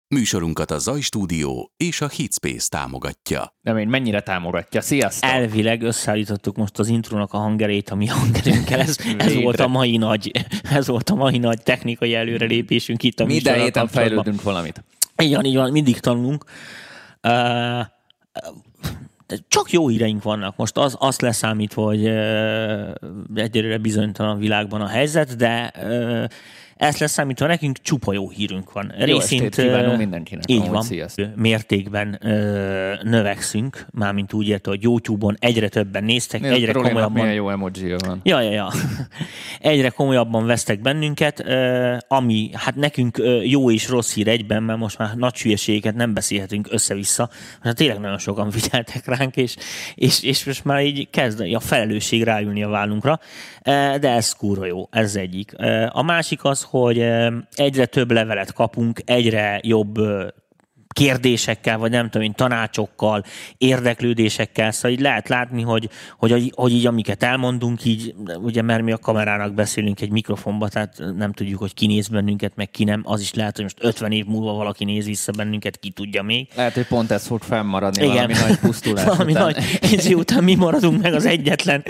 Műsorunkat a Zaj Stúdió és a Hitspace támogatja. Nem én mennyire támogatja. Sziasztok! Elvileg összeállítottuk most az intrónak a hangerét, a mi hangerünkkel. Ez volt a mai nagy technikai előrelépésünk itt a műsorral minden héten kapcsolatban. fejlődünk valamit. Így van, mindig tanulunk. Csak jó híreink vannak. Most azt leszámítva, hogy egyelőre bizonytalan világban a helyzet, de ezt leszámítva nekünk csupa jó hírünk van. Jó estét kívánunk mindenkinek. Így van. Sziasztok. Mértékben növekszünk, mármint úgy érte, hogy YouTube-on egyre többen néztek, egyre komolyabban... Milyen jó emoji van. Ja. Egyre komolyabban vesztek bennünket, ami hát nekünk jó és rossz hír egyben, mert most már nagy hülyeségeket nem beszélhetünk össze-vissza. Hát tényleg nagyon sokan figyeltek ránk, és most már így kezd a felelősség ráülni a vállunkra, de ez kurva jó, ez egyik. A másik az, hogy egyre több levelet kapunk, egyre jobb kérdésekkel, vagy nem tudom én, tanácsokkal, érdeklődésekkel, szóval így lehet látni, hogy így amiket elmondunk, így, ugye mert mi a kamerának beszélünk egy mikrofonba, tehát nem tudjuk, hogy ki néz bennünket, meg ki nem, az is lehet, hogy most 50 év múlva valaki néz vissza bennünket, ki tudja még. Lehet, hogy pont ez fog fennmaradni. Igen. Valami nagy pusztulás valami után. Után mi maradunk meg az egyetlen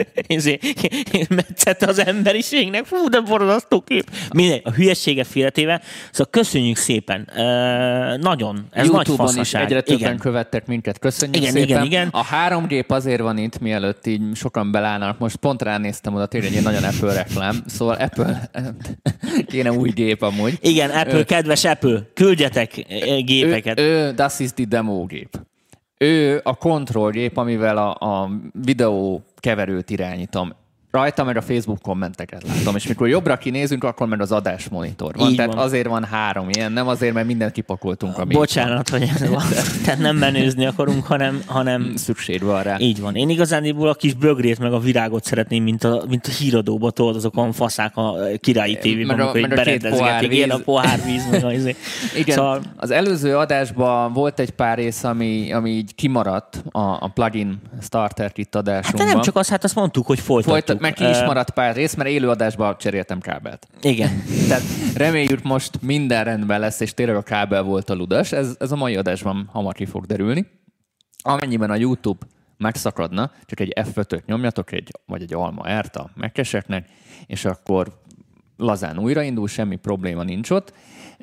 metszete az emberiségnek. Fú, de borzasztó kép. Mindegy, a hülyességet félretéve. Szóval köszönjük szépen. Nagyon. Ez YouTube-on is egyre többen követtek minket. Köszönjük szépen. Igen. A 3G azért van itt, mielőtt így sokan belállnak. Most pont ránéztem oda, tényleg egy nagyon Apple reklám. Szóval Apple kéne új gép amúgy. Igen, Apple, kedves Apple, küldjetek gépeket. Das ist die demo gép. Ő a kontrollgép, amivel a videó keverőt irányítom. Rajta meg a Facebook kommenteket látom, és mikor jobbra kinézünk, akkor meg az adásmonitor van. Tehát azért van 3 ilyen, nem azért, mert mindent kipakoltunk. Bocsánat, hogy ez van. Tehát nem menőzni akarunk, hanem szükség van rá. Így van. Én igazándiból a kis bögrét meg a virágot szeretném, mint a híradóba, tudod, azok a faszák a királyi tévében, amikor így berendezgetik. Ilyen a pohárvíz, meg az. Igen, szóval... az előző adásban volt egy pár rész, ami így kimaradt a plugin starter kit adásunkban. Hát nem csak azt mondtuk, hogy folytatjuk. Meg ki is maradt pár rész, mert élőadásban cseréltem kábelt. Igen. Tehát reméljük most minden rendben lesz, és tényleg a kábel volt a ludas. Ez a mai adásban hamar ki fog derülni. Amennyiben a YouTube megszakadna, csak egy F5-öt nyomjatok, vagy egy Alma R-t a Mac-eseknek, és akkor lazán újraindul, semmi probléma nincs ott.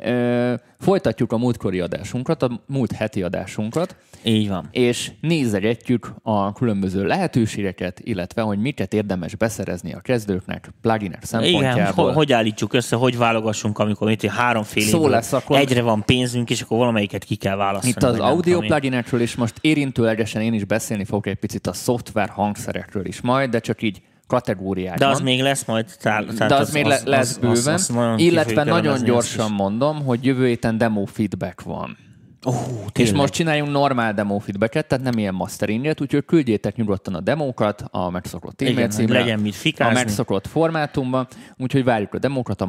Folytatjuk a múltkori adásunkat, a múlt heti adásunkat. Így van. És nézegetjük a különböző lehetőségeket, illetve hogy miket érdemes beszerezni a kezdőknek pluginek szempontjából. Igen, hogy állítsuk össze, hogy válogassunk, amikor itt 3 fél évből egyre van pénzünk, és akkor valamelyiket ki kell választani. Itt az audio pluginekről is most érintőlegesen én is beszélni fogok egy picit a szoftver hangszerekről is majd, de csak így kategóriákban. De az még lesz majd. De az még lesz bőven. Illetve nagyon gyorsan mondom, hogy jövő héten demo feedback van. És most csináljunk normál demo feedbacket, tehát nem ilyen masteringet, úgyhogy küldjétek nyugodtan a demókat a megszokott e-mail címre, legyen mit fikázni. a megszokott formátumban, úgyhogy várjuk a demókat a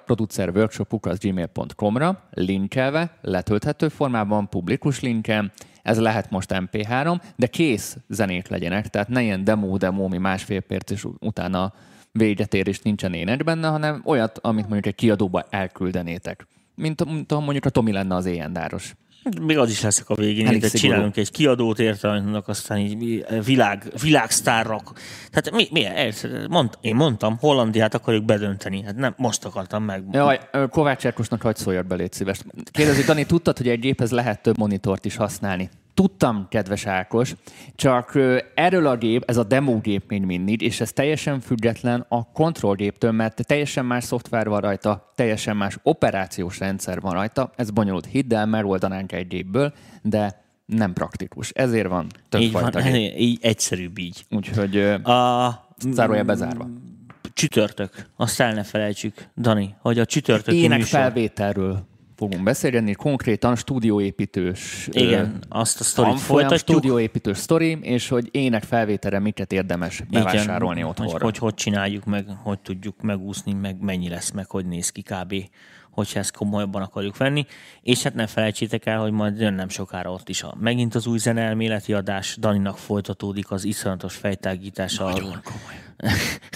magyarproducerworkshop@gmail.com-ra, linkelve, letölthető formában, publikus linken. Ez lehet most MP3, de kész zenék legyenek, tehát ne ilyen demo, ami másfél perc, és utána véget ér, és nincsen ének benne, hanem olyat, amit mondjuk egy kiadóba elküldenétek. Mint mondjuk a Tomi lenne az éjjendáros. Még az is leszek a végén, de csinálunk egy kiadót értelemnek, aztán így világsztárrak. Tehát én mondtam, Hollandiát akarjuk bedönteni. Hát nem, most akartam meg. Jaj, Kovács Erkosnak hagy szóljad be, légy szíves. Kérdezi, Dani, tudtad, hogy egy géphez lehet több monitort is használni? Tudtam, kedves Ákos, csak erről a gép, ez a demo gép még mindig, és ez teljesen független a kontrollgéptől, mert teljesen más szoftver van rajta, teljesen más operációs rendszer van rajta, ez bonyolult, hidd el, megoldanánk egy gépből, de nem praktikus. Ezért van többfajta gép. Így egyszerűbb így. Úgyhogy zárója bezárva. Csütörtök, azt el ne felejtsük, Dani, hogy a csütörtöki énekfelvételről fogunk beszélni, konkrétan stúdióépítős. Igen, azt a sztorit folytatjuk. Stúdióépítős sztori, és hogy énekfelvételre miket érdemes bevásárolni otthonra. Hogy csináljuk meg, hogy tudjuk megúszni, meg mennyi lesz, meg hogy néz ki kb., hogyha ezt komolyabban akarjuk venni. És hát ne felejtsétek el, hogy majd jön nem sokára ott is megint az új zeneelméleti adás. Daninak folytatódik az iszonyatos fejtágítása. Nagyon komoly.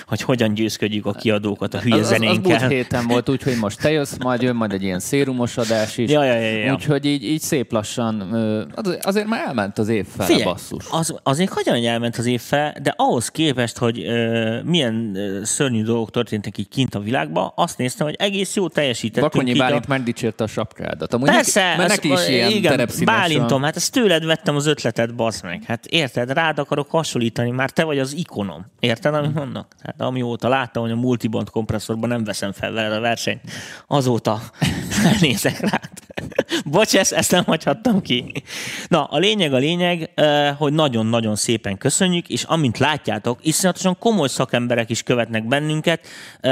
hogy hogyan győzködjük a kiadókat a hülye zenénkkel. Az múlt héten volt úgy, hogy most te jössz, majd jön majd egy ilyen szérumos adás is. Ja. Úgyhogy így szép lassan, azért már elment az év fele, basszus. Azért hogyan elment az év fele, de ahhoz képest, hogy milyen szörnyű dolgok történtek így kint a világban, azt néztem, hogy egész jó teljesítettünk. Bakonyi Bálint megdicsérte a sapkádat. Amúgy persze, mert neki is ilyen igen, terepszínes. Bálintom, hát ezt tőled vettem az ötletet, bassz meg. Hát érted, rád akarok hasonlítani, már te vagy az ikonom. Érted, amit mondnak? Hát amióta láttam, hogy a multiband kompresszorban nem veszem fel veled a versenyt, azóta felnézek rád. Bocs, ezt nem hagyhattam ki. Na, a lényeg, hogy nagyon-nagyon szépen köszönjük, és amint látjátok, iszonyatosan komoly szakemberek is követnek bennünket,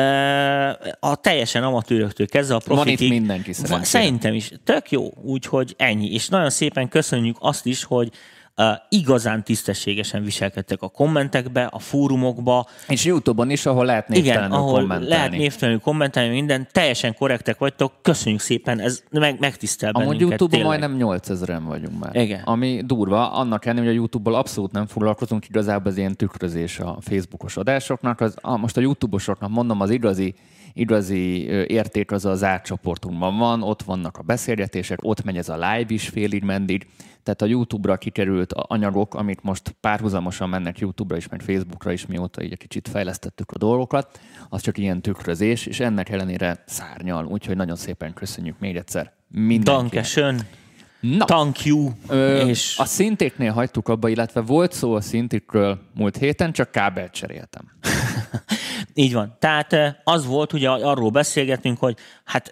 a teljesen amatőröktől kezdve a profitig. Van itt mindenki szerencsére. Szerintem is. Tök jó, úgyhogy ennyi. És nagyon szépen köszönjük azt is, hogy igazán tisztességesen viselkedtek a kommentekbe, a fórumokba. És YouTube-on is, ahol lehet névtelenül kommentálni. Lehet névtelenül kommentálni, minden. Teljesen korrektek vagytok. Köszönjük szépen, ez megtisztel bennünket. Amúgy YouTube-on tényleg. majdnem 8000-en vagyunk már. Igen. Ami durva, annak ellenére, hogy a YouTube-ból abszolút nem foglalkozunk, igazából az ilyen tükrözés a Facebookos adásoknak. Most a YouTube-osoknak mondom, az igazi érték az zárt csoportunkban van, ott vannak a beszélgetések, ott megy ez a live is félig mendig, tehát a YouTube-ra kikerült anyagok, amik most párhuzamosan mennek YouTube-ra is, meg Facebookra is, mióta így egy kicsit fejlesztettük a dolgokat, az csak ilyen tükrözés, és ennek ellenére szárnyal, úgyhogy nagyon szépen köszönjük még egyszer mindenkinek. Dankeschön. Na, Thank you. És a szintéknél hagytuk abba, illetve volt szó a szintikről múlt héten, csak kábelt cseréltem. így van. Tehát az volt, ugye arról beszélgetünk, hogy hát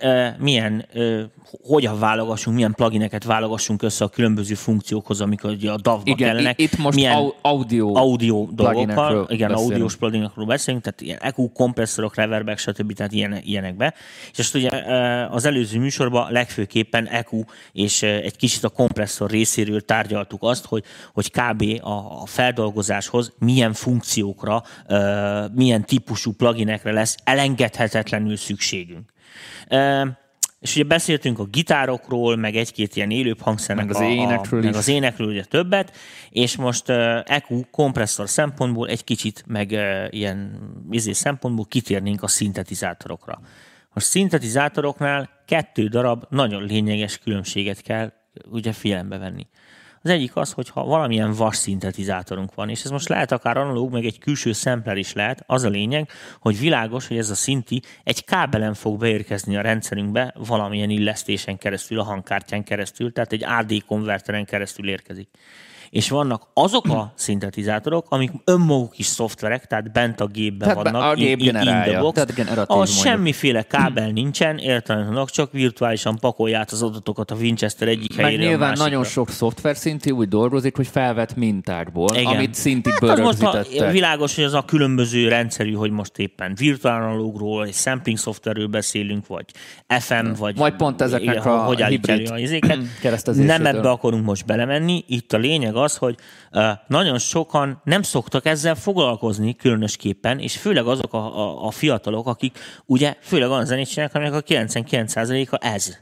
hogyan válogassunk, milyen plugineket válogassunk össze a különböző funkciókhoz, amikor ugye a DAW-ba kellenek. Itt most audio dolgokkal, igen, audiós pluginekről beszélünk, tehát ilyen EQ, kompresszorok, reverbek, stb. Tehát ilyenekbe. És azt ugye az előző műsorban legfőképpen EQ és egy kicsit a kompresszor részéről tárgyaltuk azt, hogy kb. A feldolgozáshoz milyen funkciókra, milyen típusú pluginekre lesz elengedhetetlenül szükségünk. És ugye beszéltünk a gitárokról, meg egy-két ilyen élőbb hangszernek, meg az énekről ugye többet, és most EQ kompresszor szempontból egy kicsit, meg ilyen szempontból kitérnénk a szintetizátorokra. Most szintetizátoroknál 2 darab nagyon lényeges különbséget kell ugye figyelembe venni. Az egyik az, hogyha valamilyen vas szintetizátorunk van, és ez most lehet akár analóg, meg egy külső szempler is lehet, az a lényeg, hogy világos, hogy ez a szinti egy kábelen fog beérkezni a rendszerünkbe valamilyen illesztésen keresztül, a hangkártyán keresztül, tehát egy AD konverteren keresztül érkezik. És vannak azok a szintetizátorok, amik önmaguk is szoftverek, tehát bent a gépben vannak, a gép generálja, ahol semmiféle kábel nincsen, értelemben csak virtuálisan pakolja át az adatokat a Winchester egyik helyére a másikra. Nyilván nagyon sok szoftver szinti úgy dolgozik, hogy felvett mintákból, amit szintikből rögzítettek. Világos, hogy az a különböző rendszerű, hogy most éppen virtuál analógról, egy sampling szoftverről beszélünk, vagy FM, vagy majd pont ezeknek a hibrid keresztezésétől. Nem ebbe akarunk most belemenni, itt a lényeg az, hogy nagyon sokan nem szoktak ezzel foglalkozni különösképpen, és főleg azok a fiatalok, akik ugye főleg olyan zenét csinálnak, aminek a 99%-a ez.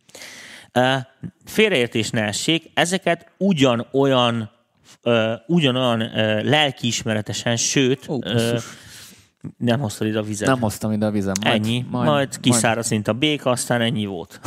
Félreértés ne essék, ezeket ugyanolyan lelkiismeretesen, sőt, nem hoztad ide a vizet. Nem hoztam ide a vizem. Ennyi, majd kiszáraz, mint a béka, aztán ennyi volt.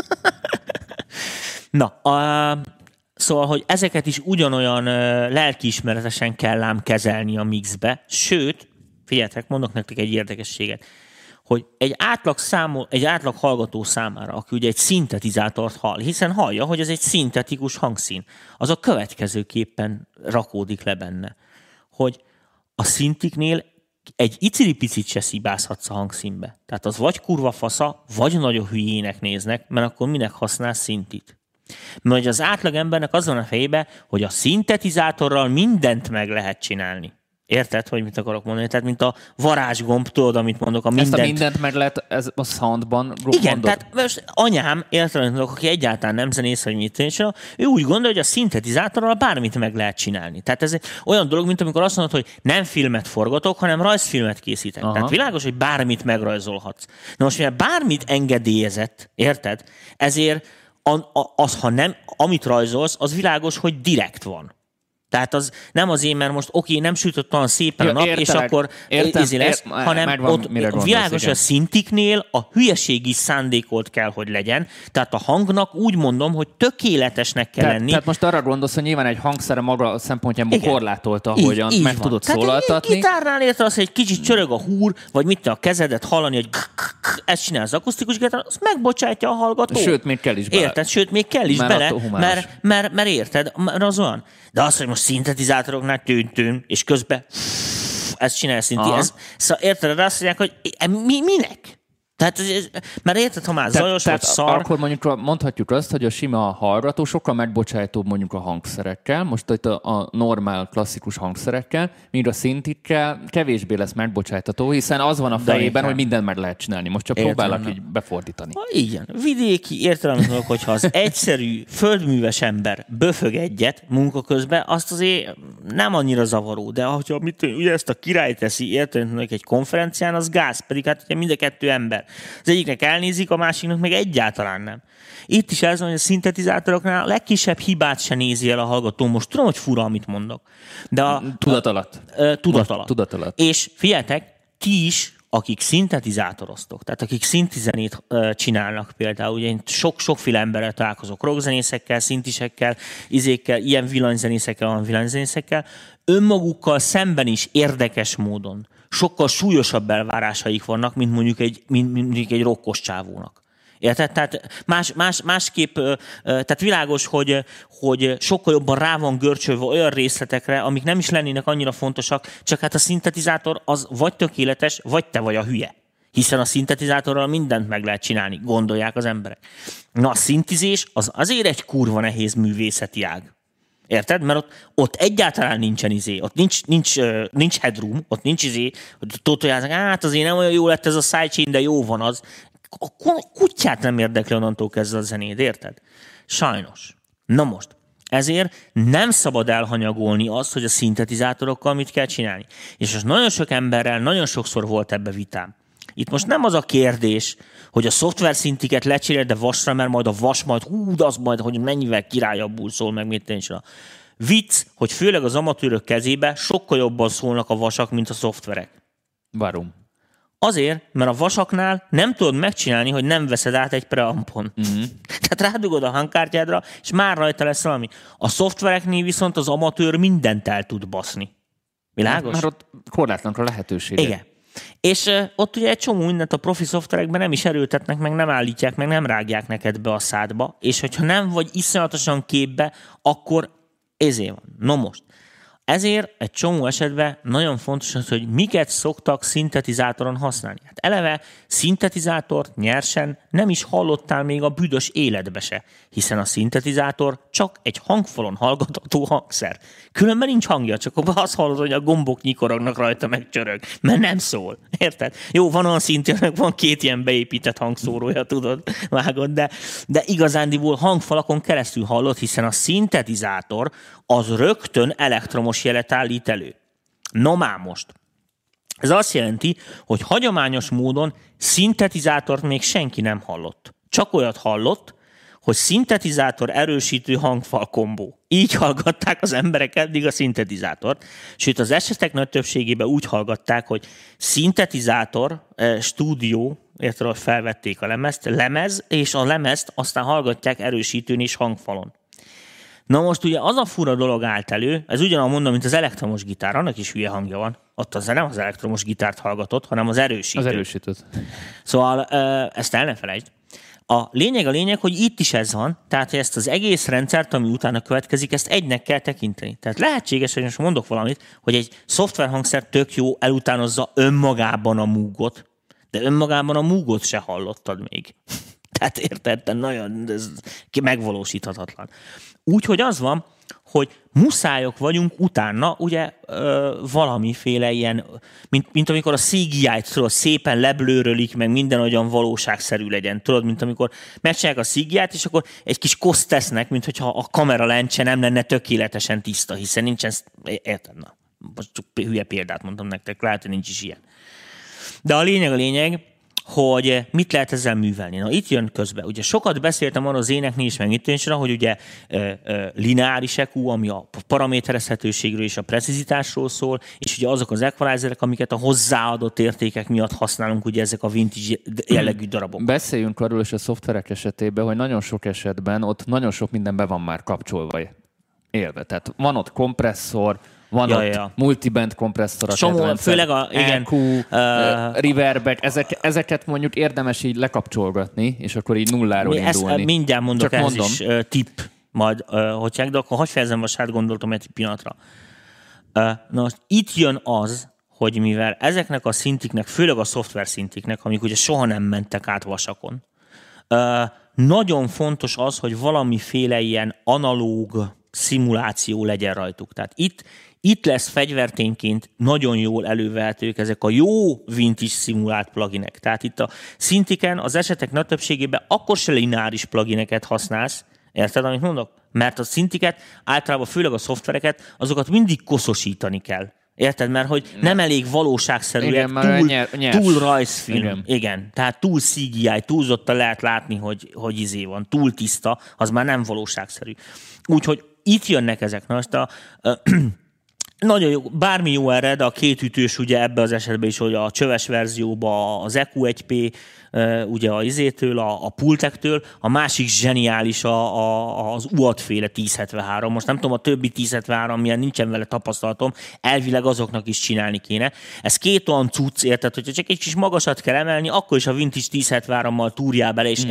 Na, szóval, hogy ezeket is ugyanolyan lelkiismeretesen kell ám kezelni a mixbe, sőt, figyeljetek, mondok nektek egy érdekességet, hogy egy átlag hallgató számára, aki ugye egy szintetizátort hall, hiszen hallja, hogy ez egy szintetikus hangszín, az a következőképpen rakódik le benne, hogy a szintiknél egy icipicit se szibázhatsz a hangszínbe. Tehát az vagy kurva fasza, vagy nagyon hülyének néznek, mert akkor minek használsz szintit. Mert az átlagembernek az van a fejébe, hogy a szintetizátorral mindent meg lehet csinálni. Érted, hogy mit akarok mondani? Tehát, mint a varázsgomb, tudod, amit mondok, a mindent... Ezt a mindent meg lehet ez a soundban igen, mondod? Tehát most anyám, értelemben, aki egyáltalán nem zenész, hogy mit csinál, ő úgy gondolja, hogy a szintetizátorral bármit meg lehet csinálni. Tehát ez olyan dolog, mint amikor azt mondod, hogy nem filmet forgatok, hanem rajzfilmet készítek. Aha. Tehát világos, hogy bármit megrajzolhatsz. Na most, mivel bármit engedélyezett, érted? Ezért az, ha nem, amit rajzolsz, az világos, hogy direkt van. Tehát az nem azért, mert most nem sütött olyan szépen a nap, és akkor lesz, hanem ott világos, a szintiknél a hülyeség is szándékolt kell, hogy legyen. Tehát a hangnak úgy mondom, hogy tökéletesnek kell lenni. Tehát most arra gondolsz, hogy nyilván egy hangszer maga szempontjából korlátolta, ahogyan meg tudod szólaltatni. Gitárnál érte az, hogy egy kicsit csörög a húr, vagy mit a kezedet hallani, hogy ezt csinál az akusztikus gitár, azt megbocsátja a hallgató. Sőt, még kell is bele. Érted? Sőt, még kell is bele, mert érted, mert az olyan. De az, hogy most szintetizátoroknál tűntünk, és közben ezt csinál szóval érted, azt mondják, hogy minek? Tehát, mert érted, ha már zajos vagy szar... Akkor mondjuk mondhatjuk azt, hogy a sima hallgató sokkal megbocsájtóbb mondjuk a hangszerekkel, most itt a normál, klasszikus hangszerekkel, míg a szintikkel kevésbé lesz megbocsájtató, hiszen az van a fejében, hogy mindent meg lehet csinálni. Most csak próbálok így befordítani. Igen. Vidéki értelemben, hogyha az egyszerű, földműves ember böfög egyet munka közben, azt azért nem annyira zavaró, de hogyha ugye ezt a király teszi, értelemben egy konferencián, az gáz, pedig hát ugye mind a kettő ember. Az egyiknek elnézik, a másiknak meg egyáltalán nem. Itt is ez van, hogy a szintetizátoroknál a legkisebb hibát se nézi el a hallgató. Most tudom, hogy fura, amit mondok. De tudat alatt. Tudat alatt. És figyeljetek, ti is, akik szintetizátoroztok, tehát akik szintizenét csinálnak például, ugye én sokféle emberrel találkozok, rockzenészekkel, szintisekkel, ilyen villanyzenészekkel, olyan villanyzenészekkel, önmagukkal szemben is érdekes módon sokkal súlyosabb elvárásaik vannak, mint mondjuk egy rokkos csávónak. Érted? Tehát másképp, tehát világos, hogy sokkal jobban rá van görcsölve olyan részletekre, amik nem is lennének annyira fontosak, csak hát a szintetizátor az vagy tökéletes, vagy te vagy a hülye. Hiszen a szintetizátorral mindent meg lehet csinálni, gondolják az emberek. Na, a szintizés az azért egy kurva nehéz művészeti ág. Érted? Mert ott egyáltalán nincsen ott nincs headroom, ott nincs hogy tótojáznak, hát azért nem olyan jó lett ez a sidechain, de jó van az. A kutyát nem érdekli onnantól kezdve a zenéd, érted? Sajnos. Na most, ezért nem szabad elhanyagolni azt, hogy a szintetizátorokkal mit kell csinálni. És most nagyon sok emberrel, nagyon sokszor volt ebbe vitám. Itt most nem az a kérdés, hogy a szoftverszintiket lecserél, de vasra, mert majd a vas az majd, hogy mennyivel királyabbul szól, meg mit tényleg. Vicc, hogy főleg az amatőrök kezébe sokkal jobban szólnak a vasak, mint a szoftverek. Varum. Azért, mert a vasaknál nem tudod megcsinálni, hogy nem veszed át egy preampon. Mm-hmm. Tehát rádugod a hangkártyádra, és már rajta lesz valami. A szoftvereknél viszont az amatőr mindent el tud baszni. Világos? Már ott korlátlanra lehetőség. Igen. És ott ugye egy csomó mindent a profi szoftverekben nem is erőltetnek, meg nem állítják, meg nem rágják neked be a szádba, és hogyha nem vagy iszonyatosan képbe, akkor ezért van. No most. Ezért egy csomó esetben nagyon fontos az, hogy miket szoktak szintetizátoron használni. Hát eleve szintetizátort nyersen nem is hallottál még a büdös életbe se, hiszen a szintetizátor csak egy hangfalon hallgatható hangszer. Különben nincs hangja, csak azt hallod, hogy a gombok nyikorognak rajta, meg csörög, mert nem szól. Érted? Jó, van olyan szintén, van 2 ilyen beépített hangszórója, tudod, vágod, de igazándiból hangfalakon keresztül hallod, hiszen a szintetizátor az rögtön elektromos jelet állít elő. No már most. Ez azt jelenti, hogy hagyományos módon szintetizátort még senki nem hallott. Csak olyat hallott, hogy szintetizátor erősítő hangfal kombó. Így hallgatták az emberek eddig a szintetizátort, sőt az esetek nagy többségében úgy hallgatták, hogy szintetizátor, stúdió, érted, hogy felvették a lemez, és a lemezt aztán hallgatják erősítőn és hangfalon. Na most ugye az a fura dolog állt elő, ez ugyanaz mondom, mint az elektromos gitár, annak is hülye hangja van. Ott az nem az elektromos gitárt hallgatott, hanem az erősítőt. Az erősítőt. Szóval ezt el ne felejtsd. A lényeg, hogy itt is ez van, tehát hogy ezt az egész rendszert, ami utána következik, ezt egynek kell tekinteni. Tehát lehetséges, hogy most mondok valamit, hogy egy szoftverhangszer tök jó elutánozza önmagában a Moogot, de önmagában a Moogot se hallottad még. Tehát érted, nagyon ez megvalósíthatatlan. Úgyhogy az van, hogy muszájok vagyunk utána, ugye valamiféle ilyen, mint amikor a CGI-t tudod, szépen leblőrölik, meg minden olyan valóságszerű legyen. Tudod, mint amikor megcsinálják a CGI-t, és akkor egy kis koszt tesznek, mint hogyha a kamera lencse nem lenne tökéletesen tiszta, hiszen nincsen, érted, na, most csak hülye példát mondtam nektek, lehet, hogy nincs is ilyen. De a lényeg, hogy mit lehet ezzel művelni. Na, itt jön közbe. Ugye sokat beszéltem arra az éneknél is, meg itt is, hogy ugye lineáris EQ, ami a paraméterezhetőségről és a precizitásról szól, és ugye azok az equalizerek, amiket a hozzáadott értékek miatt használunk, ugye ezek a vintage jellegű darabok. Beszéljünk arról is a szoftverek esetében, hogy nagyon sok esetben ott nagyon sok minden be van már kapcsolva élve. Tehát van ott kompresszor, van ott multiband kompresszor, a kedvenced, főleg EQ, reverbek, ezeket mondjuk érdemes így lekapcsolgatni, és akkor így nulláról indulni. Mindjárt mondok, ez is tipp, majd hogyan, de akkor hadd fejezem, most gondoltam egy pillanatra. Na most itt jön az, hogy mivel ezeknek a szintiknek, főleg a szoftver szintiknek, amik ugye soha nem mentek át vasakon, nagyon fontos az, hogy valamiféle ilyen analóg szimuláció legyen rajtuk. Tehát itt lesz fegyvertényként nagyon jól elővehetők ezek a jó vintage szimulált pluginek. Tehát itt a szintiken az esetek nagy többségében akkor se lineáris plugineket használsz, érted, amit mondok? Mert a szintiket, általában főleg a szoftvereket, azokat mindig koszosítani kell. Érted? Mert hogy nem elég valóságszerűek, túl rajzfilm. Igen. Tehát túl CGI, túlzottan lehet látni, hogy izé van, túl tiszta, az már nem valóságszerű. Úgyhogy itt jönnek ezek. Na, nagyon jó, bármi jó erre, de a két ütős ugye ebbe az esetben is, hogy a csöves verzióban az EQ1P, ugye a izétől, a pultektől, a másik zseniális az UAD-féle 1073. Most nem tudom, a többi 1073, milyen nincsen vele tapasztalatom, elvileg azoknak is csinálni kéne. Ez két olyan cucc, érted, hogyha csak egy kis magasat kell emelni, akkor is a vintage 1073-mal túrjál bele, és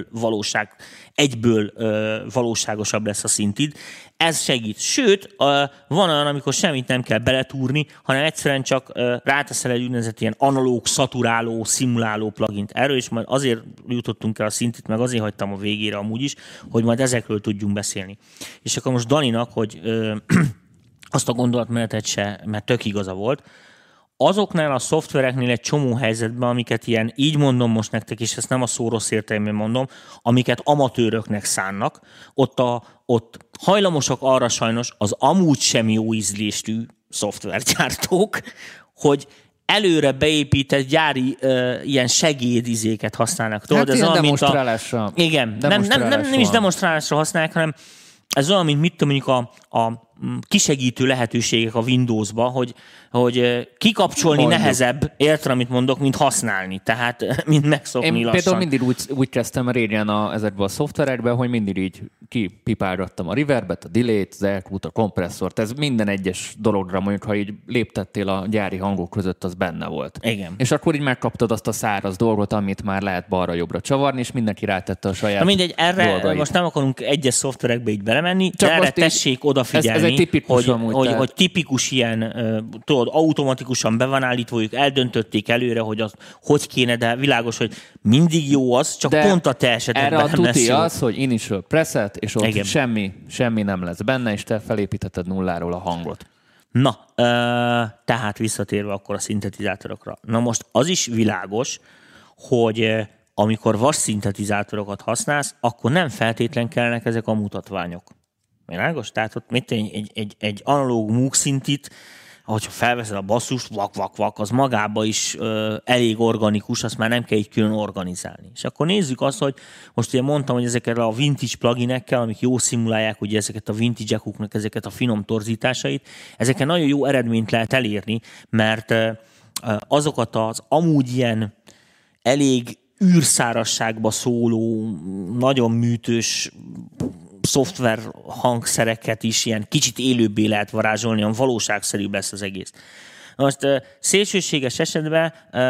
egyből valóságosabb lesz a szintid. Ez segít. Sőt, van olyan, amikor semmit nem kell beletúrni, hanem egyszerűen csak ráteszel egy úgynevezett ilyen analóg, szaturáló, szimuláló plugint. Erről is majd azért jutottunk el a szintit, meg azért hagytam a végére amúgy is, hogy majd ezekről tudjunk beszélni. És akkor most Daninak, hogy azt a gondolatmenetet se, mert tök igaza volt, azoknál a szoftvereknél egy csomó helyzetben, amiket ilyen, így mondom most nektek, és ezt nem a szó rossz értelemben mondom, amiket amatőröknek szánnak, ott hajlamosak arra sajnos az amúgy sem jó ízlésű szoftvergyártók, hogy előre beépített gyári ilyen segédizéket használnak. Hát ez ilyen demonstrálásra. Igen, nem is demonstrálásra használják, hanem ez olyan, mint mit tudom, mondjuk a kisegítő lehetőségek a Windowsba, hogy kikapcsolni nehezebb, érted, amit mondok, mint használni. Tehát, mint megszokni lassan. Én például mindig úgy kezdtem régen ezekben a szoftverekben, hogy mindig így kipipálgattam a reverbet, a delay-t, az EQ-t, a kompresszort. Ez minden egyes dologra, mondjuk, ha így léptettél a gyári hangok között, az benne volt. Igen. És akkor így megkaptad azt a száraz dolgot, amit már lehet balra-jobbra csavarni, és mindenki rátette a saját dolgait. Mindegy, erre most nem akarunk egyes szoftverekbe így belemenni, csak de erre tessék odafigyelni. Ez egy tipikus hogy tipikus ilyen, tudod, automatikusan be van állítva, ők eldöntötték előre, hogy az hogy kéne, de világos, hogy mindig jó az, csak de pont a te esetedben nem lesz jó. Erre a tuti az, hogy initial preset, és ott semmi nem lesz benne, és te felépítheted nulláról a hangot. Na, tehát visszatérve akkor a szintetizátorokra. Na most az is világos, hogy amikor vas szintetizátorokat használsz, akkor nem feltétlen kellenek ezek a mutatványok. Világos? Tehát ott egy analóg Moog szintit, ahogyha felveszed a basszust, vak, az magába is elég organikus, azt már nem kell így külön organizálni. És akkor nézzük azt, hogy most ugye mondtam, hogy ezekkel a vintage pluginekkel, amik jó szimulálják ugye ezeket a vintage EQ-knak, ezeket a finom torzításait, ezeken nagyon jó eredményt lehet elérni, mert azokat az amúgy ilyen elég űrszárasságba szóló, nagyon műtős szoftver hangszereket is ilyen kicsit élőbbé lehet varázsolni, olyan valóságszerűbb lesz az egész. Most szélsőséges esetben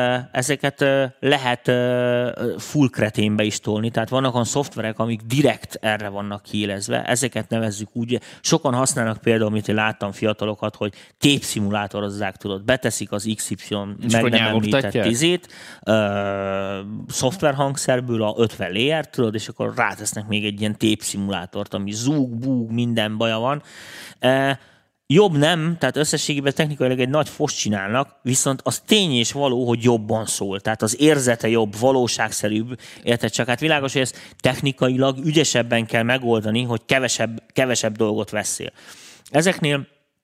ezeket lehet full kreténbe is tolni, tehát vannak olyan szoftverek, amik direkt erre vannak kiélezve, ezeket nevezzük úgy, sokan használnak például, amit én láttam fiatalokat, hogy tépszimulátorozzák, tudod, beteszik az XY meg nem említett izét, szoftverhangszerből a 50 layer, tudod, és akkor rátesznek még egy ilyen tépszimulátort, ami zúg, búg, minden baja van. Jobb nem, tehát összességében technikailag egy nagy fost csinálnak, viszont az tény és való, hogy jobban szól. Tehát az érzete jobb, valóságszerűbb, érted? Csak hát világos, hogy ezt technikailag ügyesebben kell megoldani, hogy kevesebb dolgot veszél. Ezeknél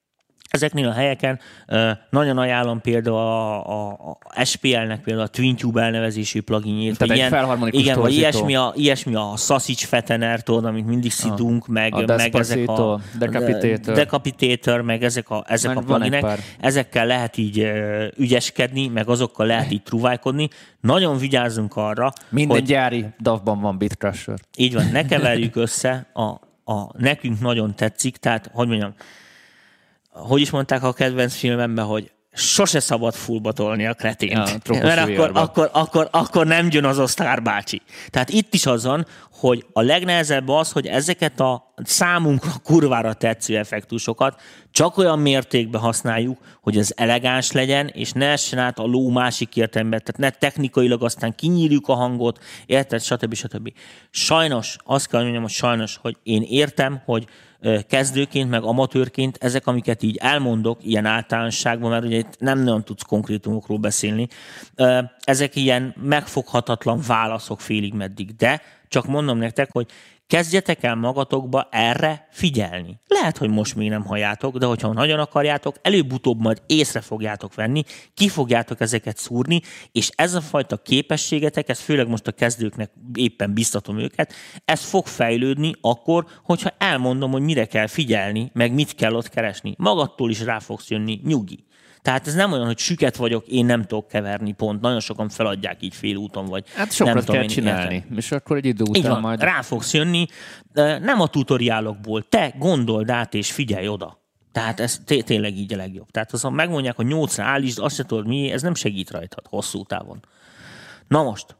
Ezeknél a helyeken nagyon ajánlom például a SPL-nek például a TwinTube elnevezésű pluginjét. Tehát egy felharmonikus igen, vagy torzító. ilyesmi a Sausage Fattener, tudod, amit mindig szidunk, meg ezek a Decapitator, meg ezek a pluginek. Ezekkel lehet így ügyeskedni, meg azokkal lehet így truválkodni. Nagyon vigyázzunk arra, minden gyári DAW-ban van Bitcrusher. Így van, ne keverjük össze, nekünk nagyon tetszik, tehát, hogy mondjam, hogy is mondták a kedvenc filmemben, hogy sose szabad fullba tolni a kretént. Ja, mert akkor nem jön az Osztár bácsi. Tehát itt is az van, hogy a legnehezebb az, hogy ezeket a számunkra kurvára tetsző effektusokat csak olyan mértékben használjuk, hogy ez elegáns legyen, és ne essen át a ló másik értelembe, tehát ne technikailag aztán kinyírjuk a hangot, érted, stb. Sajnos, azt kell mondjam, hogy sajnos, hogy én értem, hogy kezdőként, meg amatőrként ezek, amiket így elmondok ilyen általánosságban, mert ugye itt nem nagyon tudsz konkrétumokról beszélni, ezek ilyen megfoghatatlan válaszok félig meddig, de csak mondom nektek, hogy kezdjetek el magatokba erre figyelni. Lehet, hogy most még nem halljátok, de hogyha nagyon akarjátok, előbb-utóbb majd észre fogjátok venni, ki fogjátok ezeket szúrni, és ez a fajta képességetek, ez főleg most a kezdőknek éppen biztatom őket, ez fog fejlődni akkor, hogyha elmondom, hogy mire kell figyelni, meg mit kell ott keresni. Magadtól is rá fogsz jönni, nyugi. Tehát ez nem olyan, hogy süket vagyok, én nem tudok keverni, pont. Nagyon sokan feladják így félúton, vagy hát sokat kell csinálni, és akkor egy idő után majd... Rá fogsz jönni, nem a tutoriálokból, te gondold át és figyelj oda. Tehát ez tényleg így a legjobb. Tehát azon megmondják, hogy 8-ra állítsd, azt se tudod mi, ez nem segít rajtad hosszú távon. Na most,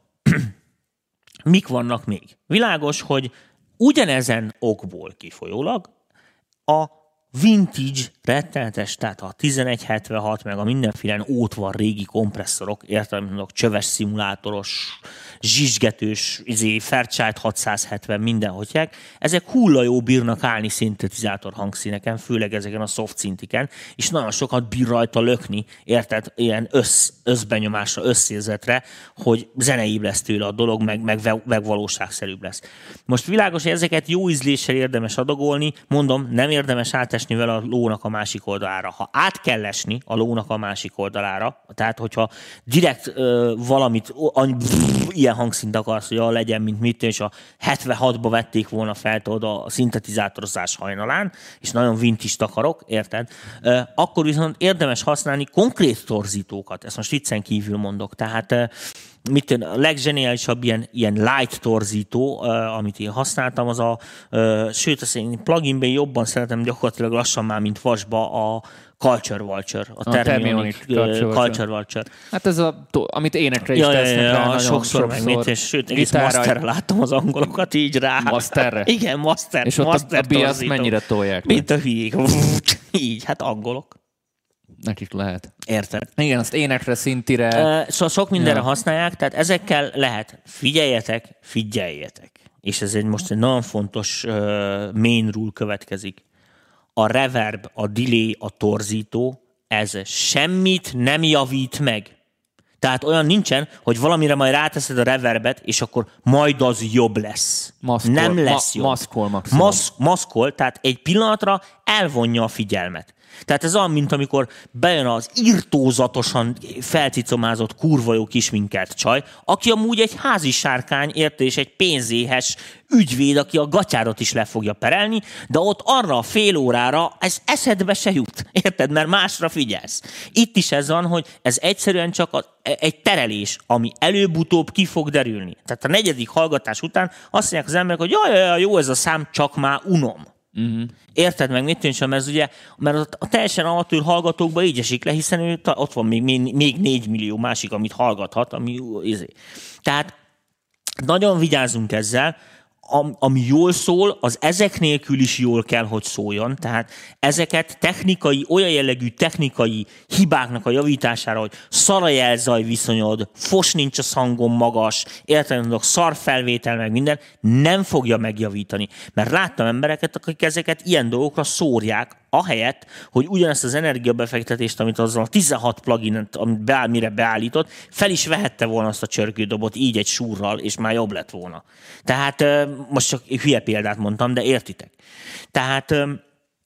mik vannak még? Világos, hogy ugyanezen okból kifolyólag a vintage rettenetes, tehát a 1176, meg a mindenféle ótvar régi kompresszorok, értelemben csöves szimulátoros, zsizsgetős, Fairchild 670, mindenhogyják, ezek hullajó bírnak állni szintetizátor hangszíneken, főleg ezeken a soft szintiken, és nagyon sokat bír rajta lökni, érted, ilyen összbenyomásra, összérzetre, hogy zeneibb lesz tőle a dolog, meg valóságszerűbb lesz. Most világos, hogy ezeket jó ízléssel érdemes adagolni, mondom, nem érdemes átesni vele a lónak a másik oldalára. Ha át kell esni a lónak a másik oldalára, tehát hogyha direkt valamit ilyen hangszint akarsz, hogy legyen, mint mit, és a 76-ba vették volna fel oda a szintetizátorozás hajnalán, és nagyon vintage akarok, érted? Akkor viszont érdemes használni konkrét torzítókat. Ezt most viccen kívül mondok. Tehát a legzseniálisabb ilyen light torzító, amit én használtam, az sőt, azt én pluginben jobban szeretem gyakorlatilag lassan már, mint vasba a Culture Vulture, a Thermionic Culture Vulture. Hát ez amit énekre is tesznek rá nagyon sokszor. Meg, sőt, egész masterre láttam az angolokat így rá. Masterre? Igen, master. És ott a biaszt mennyire tolják? Mint a hülyék. Így, hát angolok. Nekik lehet. Érted? Igen, azt énekre, szintire. Szóval sok mindenre használják, tehát ezekkel lehet. Figyeljetek. És ez most egy nagyon fontos main rule következik. A reverb, a delay, a torzító, ez semmit nem javít meg. Tehát olyan nincsen, hogy valamire majd ráteszed a reverbet, és akkor majd az jobb lesz. Nem lesz jobb. Maszkol maximum. Maszkol, tehát egy pillanatra elvonja a figyelmet. Tehát ez olyan, mint amikor bejön az irtózatosan felcicomázott kurva jó kisminkelt csaj, aki amúgy egy házi sárkány, érte, és egy pénzéhes ügyvéd, aki a gatyárat is le fogja perelni, de ott arra a fél órára ez eszedbe se jut, érted? Mert másra figyelsz. Itt is ez van, hogy ez egyszerűen csak egy terelés, ami előbb-utóbb ki fog derülni. Tehát a 4. hallgatás után azt mondják az emberek, hogy jaj, jó ez a szám, csak már unom. Uh-huh. Érted meg, mit tűntsem, mert a teljesen amatőr hallgatókba így esik le, hiszen ott van még 4 millió másik, amit hallgathat, Tehát nagyon vigyázzunk ezzel, ami jól szól, az ezek nélkül is jól kell, hogy szóljon. Tehát ezeket olyan jellegű technikai hibáknak a javítására, hogy szar a jelzaj viszonyod, fos nincs a szangon magas, értelemben szar felvétel, meg minden, nem fogja megjavítani. Mert láttam embereket, akik ezeket ilyen dolgokra szórják, ahelyett, hogy ugyanezt az energiabefektetést, amit azzal a 16 pluginet, amit mire beállított, fel is vehette volna azt a csörgődobot így egy súrral, és már jobb lett volna. Tehát most csak hülye példát mondtam, de értitek. Tehát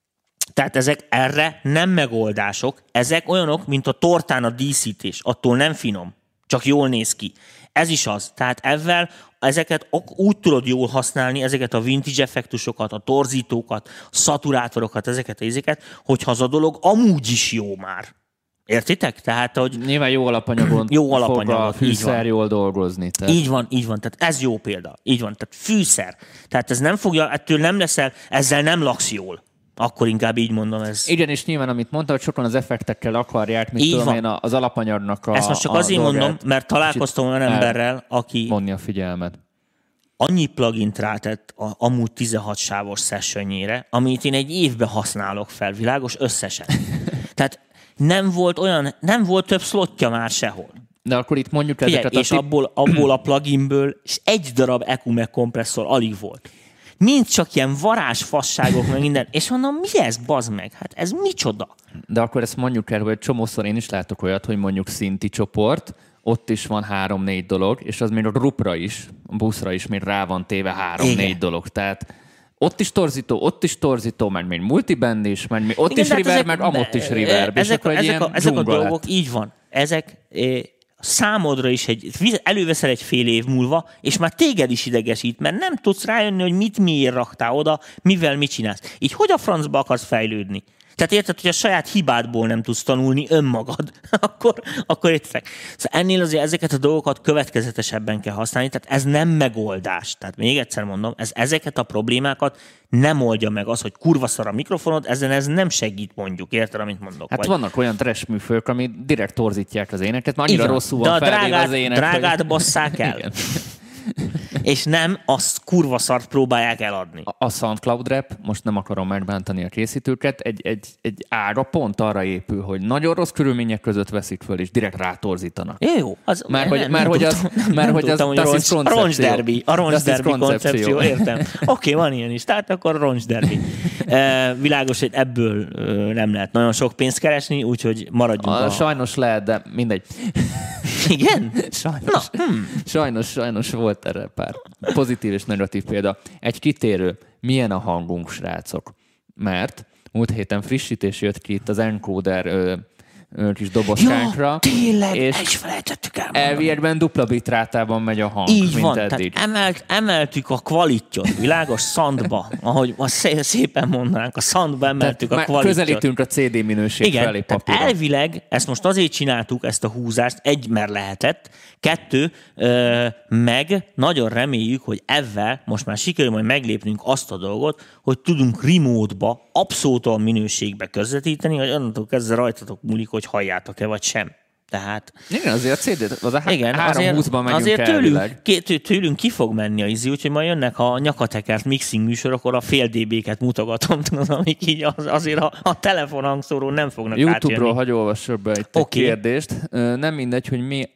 Tehát ezek erre nem megoldások, ezek olyanok, mint a tortán a díszítés, attól nem finom, csak jól néz ki. Ez is az. Tehát ezzel ezeket úgy tudod jól használni, ezeket a vintage effektusokat, a torzítókat, a szaturátorokat, ezeket a izéket, hogyha az a dolog amúgy is jó már. Értitek? Tehát, hogy nyilván jó alapanyagon fog a fűszer jól dolgozni. Tehát. Így van. Tehát ez jó példa. Így van. Tehát fűszer. Tehát ez nem fogja, ettől nem leszel, ezzel nem laksz jól. Akkor inkább így mondom ez. Igen, és nyilván, amit mondtad, hogy sokan az effektekkel akarják, mint tudom én, az alapanyagnak ezt most csak azért mondom, mert találkoztam olyan emberrel, aki vonni a figyelmet. Annyi plugint rátett a amúgy 16 sávos sessionjére, amit én egy évben használok fel, világos összesen. Tehát nem volt több slotja már sehol. De akkor itt mondjuk ezeket és abból a pluginből egy darab EQ meg kompresszor alig volt. Mind csak ilyen varázsfasságok, meg minden. És mondom, mi ez, bazd meg? Hát ez micsoda? De akkor ezt mondjuk el, hogy egy csomószor én is látok olyat, hogy mondjuk szinti csoport, ott is van 3-4 dolog, és az még a grupra is, a buszra is még rá van téve 3-4 dolog. Tehát ott is torzító, meg még multiband is, meg még ott is reverb, meg amott is reverb. Ezek a dolgok így van. Ezek számodra is előveszel egy fél év múlva, és már téged is idegesít, mert nem tudsz rájönni, hogy miért raktál oda, mivel mit csinálsz. Így hogy a francba akarsz fejlődni? Tehát érted, hogy a saját hibádból nem tudsz tanulni önmagad, akkor értek. Szóval ennél azért ezeket a dolgokat következetesebben kell használni, tehát ez nem megoldás. Tehát még egyszer mondom, ezeket a problémákat nem oldja meg az, hogy kurva szar a mikrofonod, ezen ez nem segít mondjuk, érted, amit mondok? Hát vannak olyan trash műfők, ami direkt torzítják az éneket, már annyira rosszul van felvéve az ének. Drágát basszák el. És nem azt kurva szart próbálják eladni. A SoundCloud Rap, most nem akarom megbántani a készítőket, egy ára pont arra épül, hogy nagyon rossz körülmények között veszik föl, és direkt rátorzítanak. Jó, az... A Roncs Derby koncepció, értem. Oké, van ilyen is, tehát akkor Roncs Derby. Világos, hogy ebből nem lehet nagyon sok pénzt keresni, úgyhogy maradjunk Sajnos lehet, de mindegy. Igen? Sajnos volt erre pár pozitív és negatív példa. Egy kitérő, milyen a hangunk, srácok? Mert múlt héten frissítés jött ki itt az Encoder kis dobozkánkra. Ja, tényleg, és is felejtettük elmondani. Elviekben dupla bitrátában megy a hang, így mint van, eddig. Tehát emeltük a kvalittyot, világos szandba, ahogy szépen mondanánk, a szandba emeltük a kvalittyot. Közelítünk a CD minőség felé papírra. Elvileg ezt most azért csináltuk, ezt a húzást, mert lehetett, 2, meg nagyon reméljük, hogy ezzel most már sikerül majd meglépnünk azt a dolgot, hogy tudunk remote-ba, abszolút a minőségbe közvetíteni, hogy onnantól kezdve rajtatok múlik, hogy halljátok-e vagy sem. Tehát... Igen, azért a CD-t, az a 320-ban megyünk azért elvileg. Tőlünk ki fog menni a izzi, úgyhogy majd jönnek a nyakatekert mixing műsorokor, a fél dB-ket mutogatom, amik így azért a telefonhangszóró nem fognak átjönni. YouTube-ról hagy olvassak be egy kérdést. Nem mindegy, hogy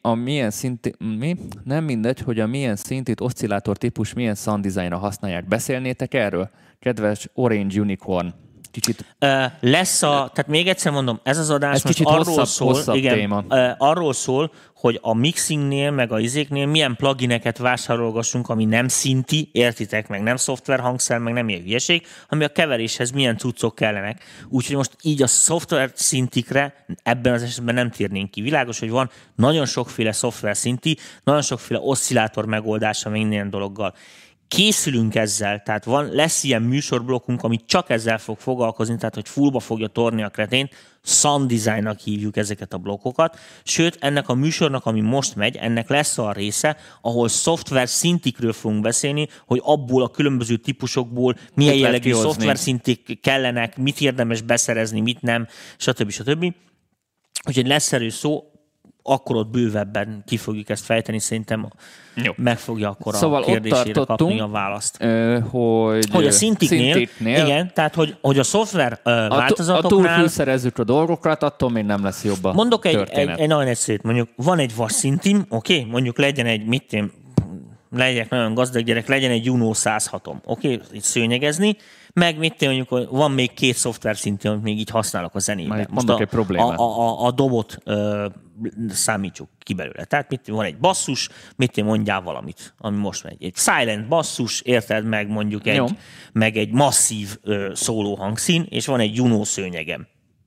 nem mindegy, hogy a milyen szintit, oszcillátor típus, milyen sound designra használják. Beszélnétek erről? Kedves Orange Unicorn. Kicsit... tehát még egyszer mondom, ez az adás most arról szól, téma. Arról szól, hogy a mixingnél, meg a izéknél milyen plugineket vásárolgassunk, ami nem szinti, értitek, meg nem szoftver hangszer, meg nem ilyen hülyeség, ami a keveréshez milyen cuccok kellenek. Úgyhogy most így a szoftver szintikre ebben az esetben nem térnénk ki. Világos, hogy van nagyon sokféle szoftver szinti, nagyon sokféle oszcillátor megoldása, meg minden dologgal. Készülünk ezzel, tehát lesz ilyen műsorblokkunk, ami csak ezzel fog foglalkozni, tehát hogy fullba fogja torni a kretént, sound designnak hívjuk ezeket a blokkokat, sőt, ennek a műsornak, ami most megy, ennek lesz a része, ahol szoftver szintikről fogunk beszélni, hogy abból a különböző típusokból milyen jellegű szoftver szintik kellenek, mit érdemes beszerezni, mit nem, stb. Úgyhogy lesz erről szó, akkor ott bővebben ki fogjuk ezt fejteni, szerintem meg fogja akkor a kérdésére kapni a választ. Hogy a szintiknél, igen, tehát hogy a szoftver változatoknál... A túlfűszerezzük a dolgokat, attól még nem lesz jobb a mondok történet. egy nagyon egyszerűt, mondjuk van egy vas szintim, oké, mondjuk legyen egy, legyek nagyon gazdag gyerek, legyen egy Juno 106-om, oké? Itt szőnyegezni, meg mit mondjuk, van még 2 szoftver szintén, amit még így használok a zenében. Most egy problémát. A dobot számítsuk ki belőle. Tehát van egy basszus, mondjál valamit, ami most megy. Egy silent basszus, érted meg mondjuk egy masszív szóló hangszín, és van egy Juno szőnyegem.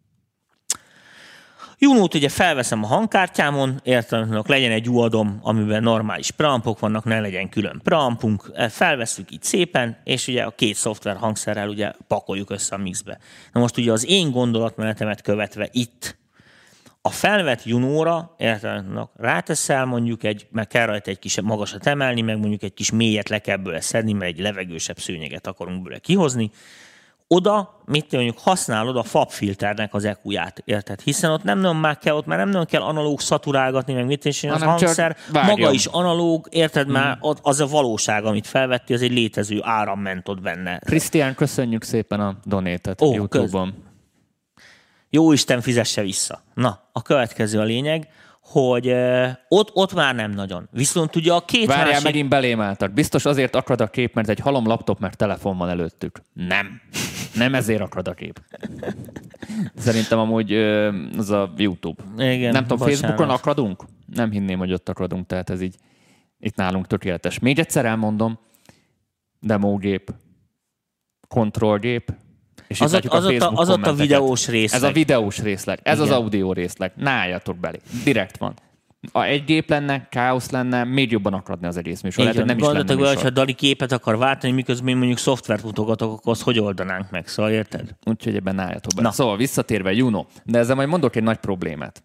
Junót ugye felveszem a hangkártyámon, értelemben legyen egy UAD-om, amiben normális preampok vannak, ne legyen külön preampunk, felveszünk így szépen, és ugye a 2 szoftver hangszerrel ugye pakoljuk össze a mixbe. Na most ugye az én gondolatmenetemet követve itt a felvett Junóra, értelemben ráteszel mondjuk meg kell rajta egy kis magasat emelni, meg mondjuk egy kis mélyet le kell bőle szedni, mert egy levegősebb szőnyeget akarunk bőle kihozni. Oda, mondjuk használod a FAB filternek az EQ-ját, érted? Hiszen ott nem nagyon kell analóg szaturálgatni, meg és az hangszer maga is analóg, érted már, az a valóság, amit felvetti, az egy létező áram ment ott benne. Krisztián, köszönjük szépen a donétet YouTube-on. Jó Isten fizesse vissza. Na, a következő a lényeg, hogy ott már nem nagyon. Viszont ugye a 2 Várjál, másik... megint belém álltak. Biztos azért akad a kép, mert egy halom laptop, mert telefon van előttük. Nem ezért akad a kép. Szerintem amúgy az a YouTube. Igen, nem tudom, Facebookon akadunk? Nem hinném, hogy ott akadunk, tehát ez így itt nálunk tökéletes. Még egyszer elmondom, demógép, kontrollgép, és az ott a videós részleg. Ez a videós részleg, ez igen. Az audio részleg. Álljatok belé. Direkt van. Ha egy gép lenne, káosz lenne, még jobban akadni az egész műsor. Lehet, hogy nem is lenne műsor. Ha Dali képet akar váltani, miközben mondjuk szoftvert mutogatok, akkor azt hogy oldanánk meg? Szóval érted? Úgyhogy ebben álljatok bele. Szóval visszatérve Juno, de ezzel majd mondok egy nagy problémát.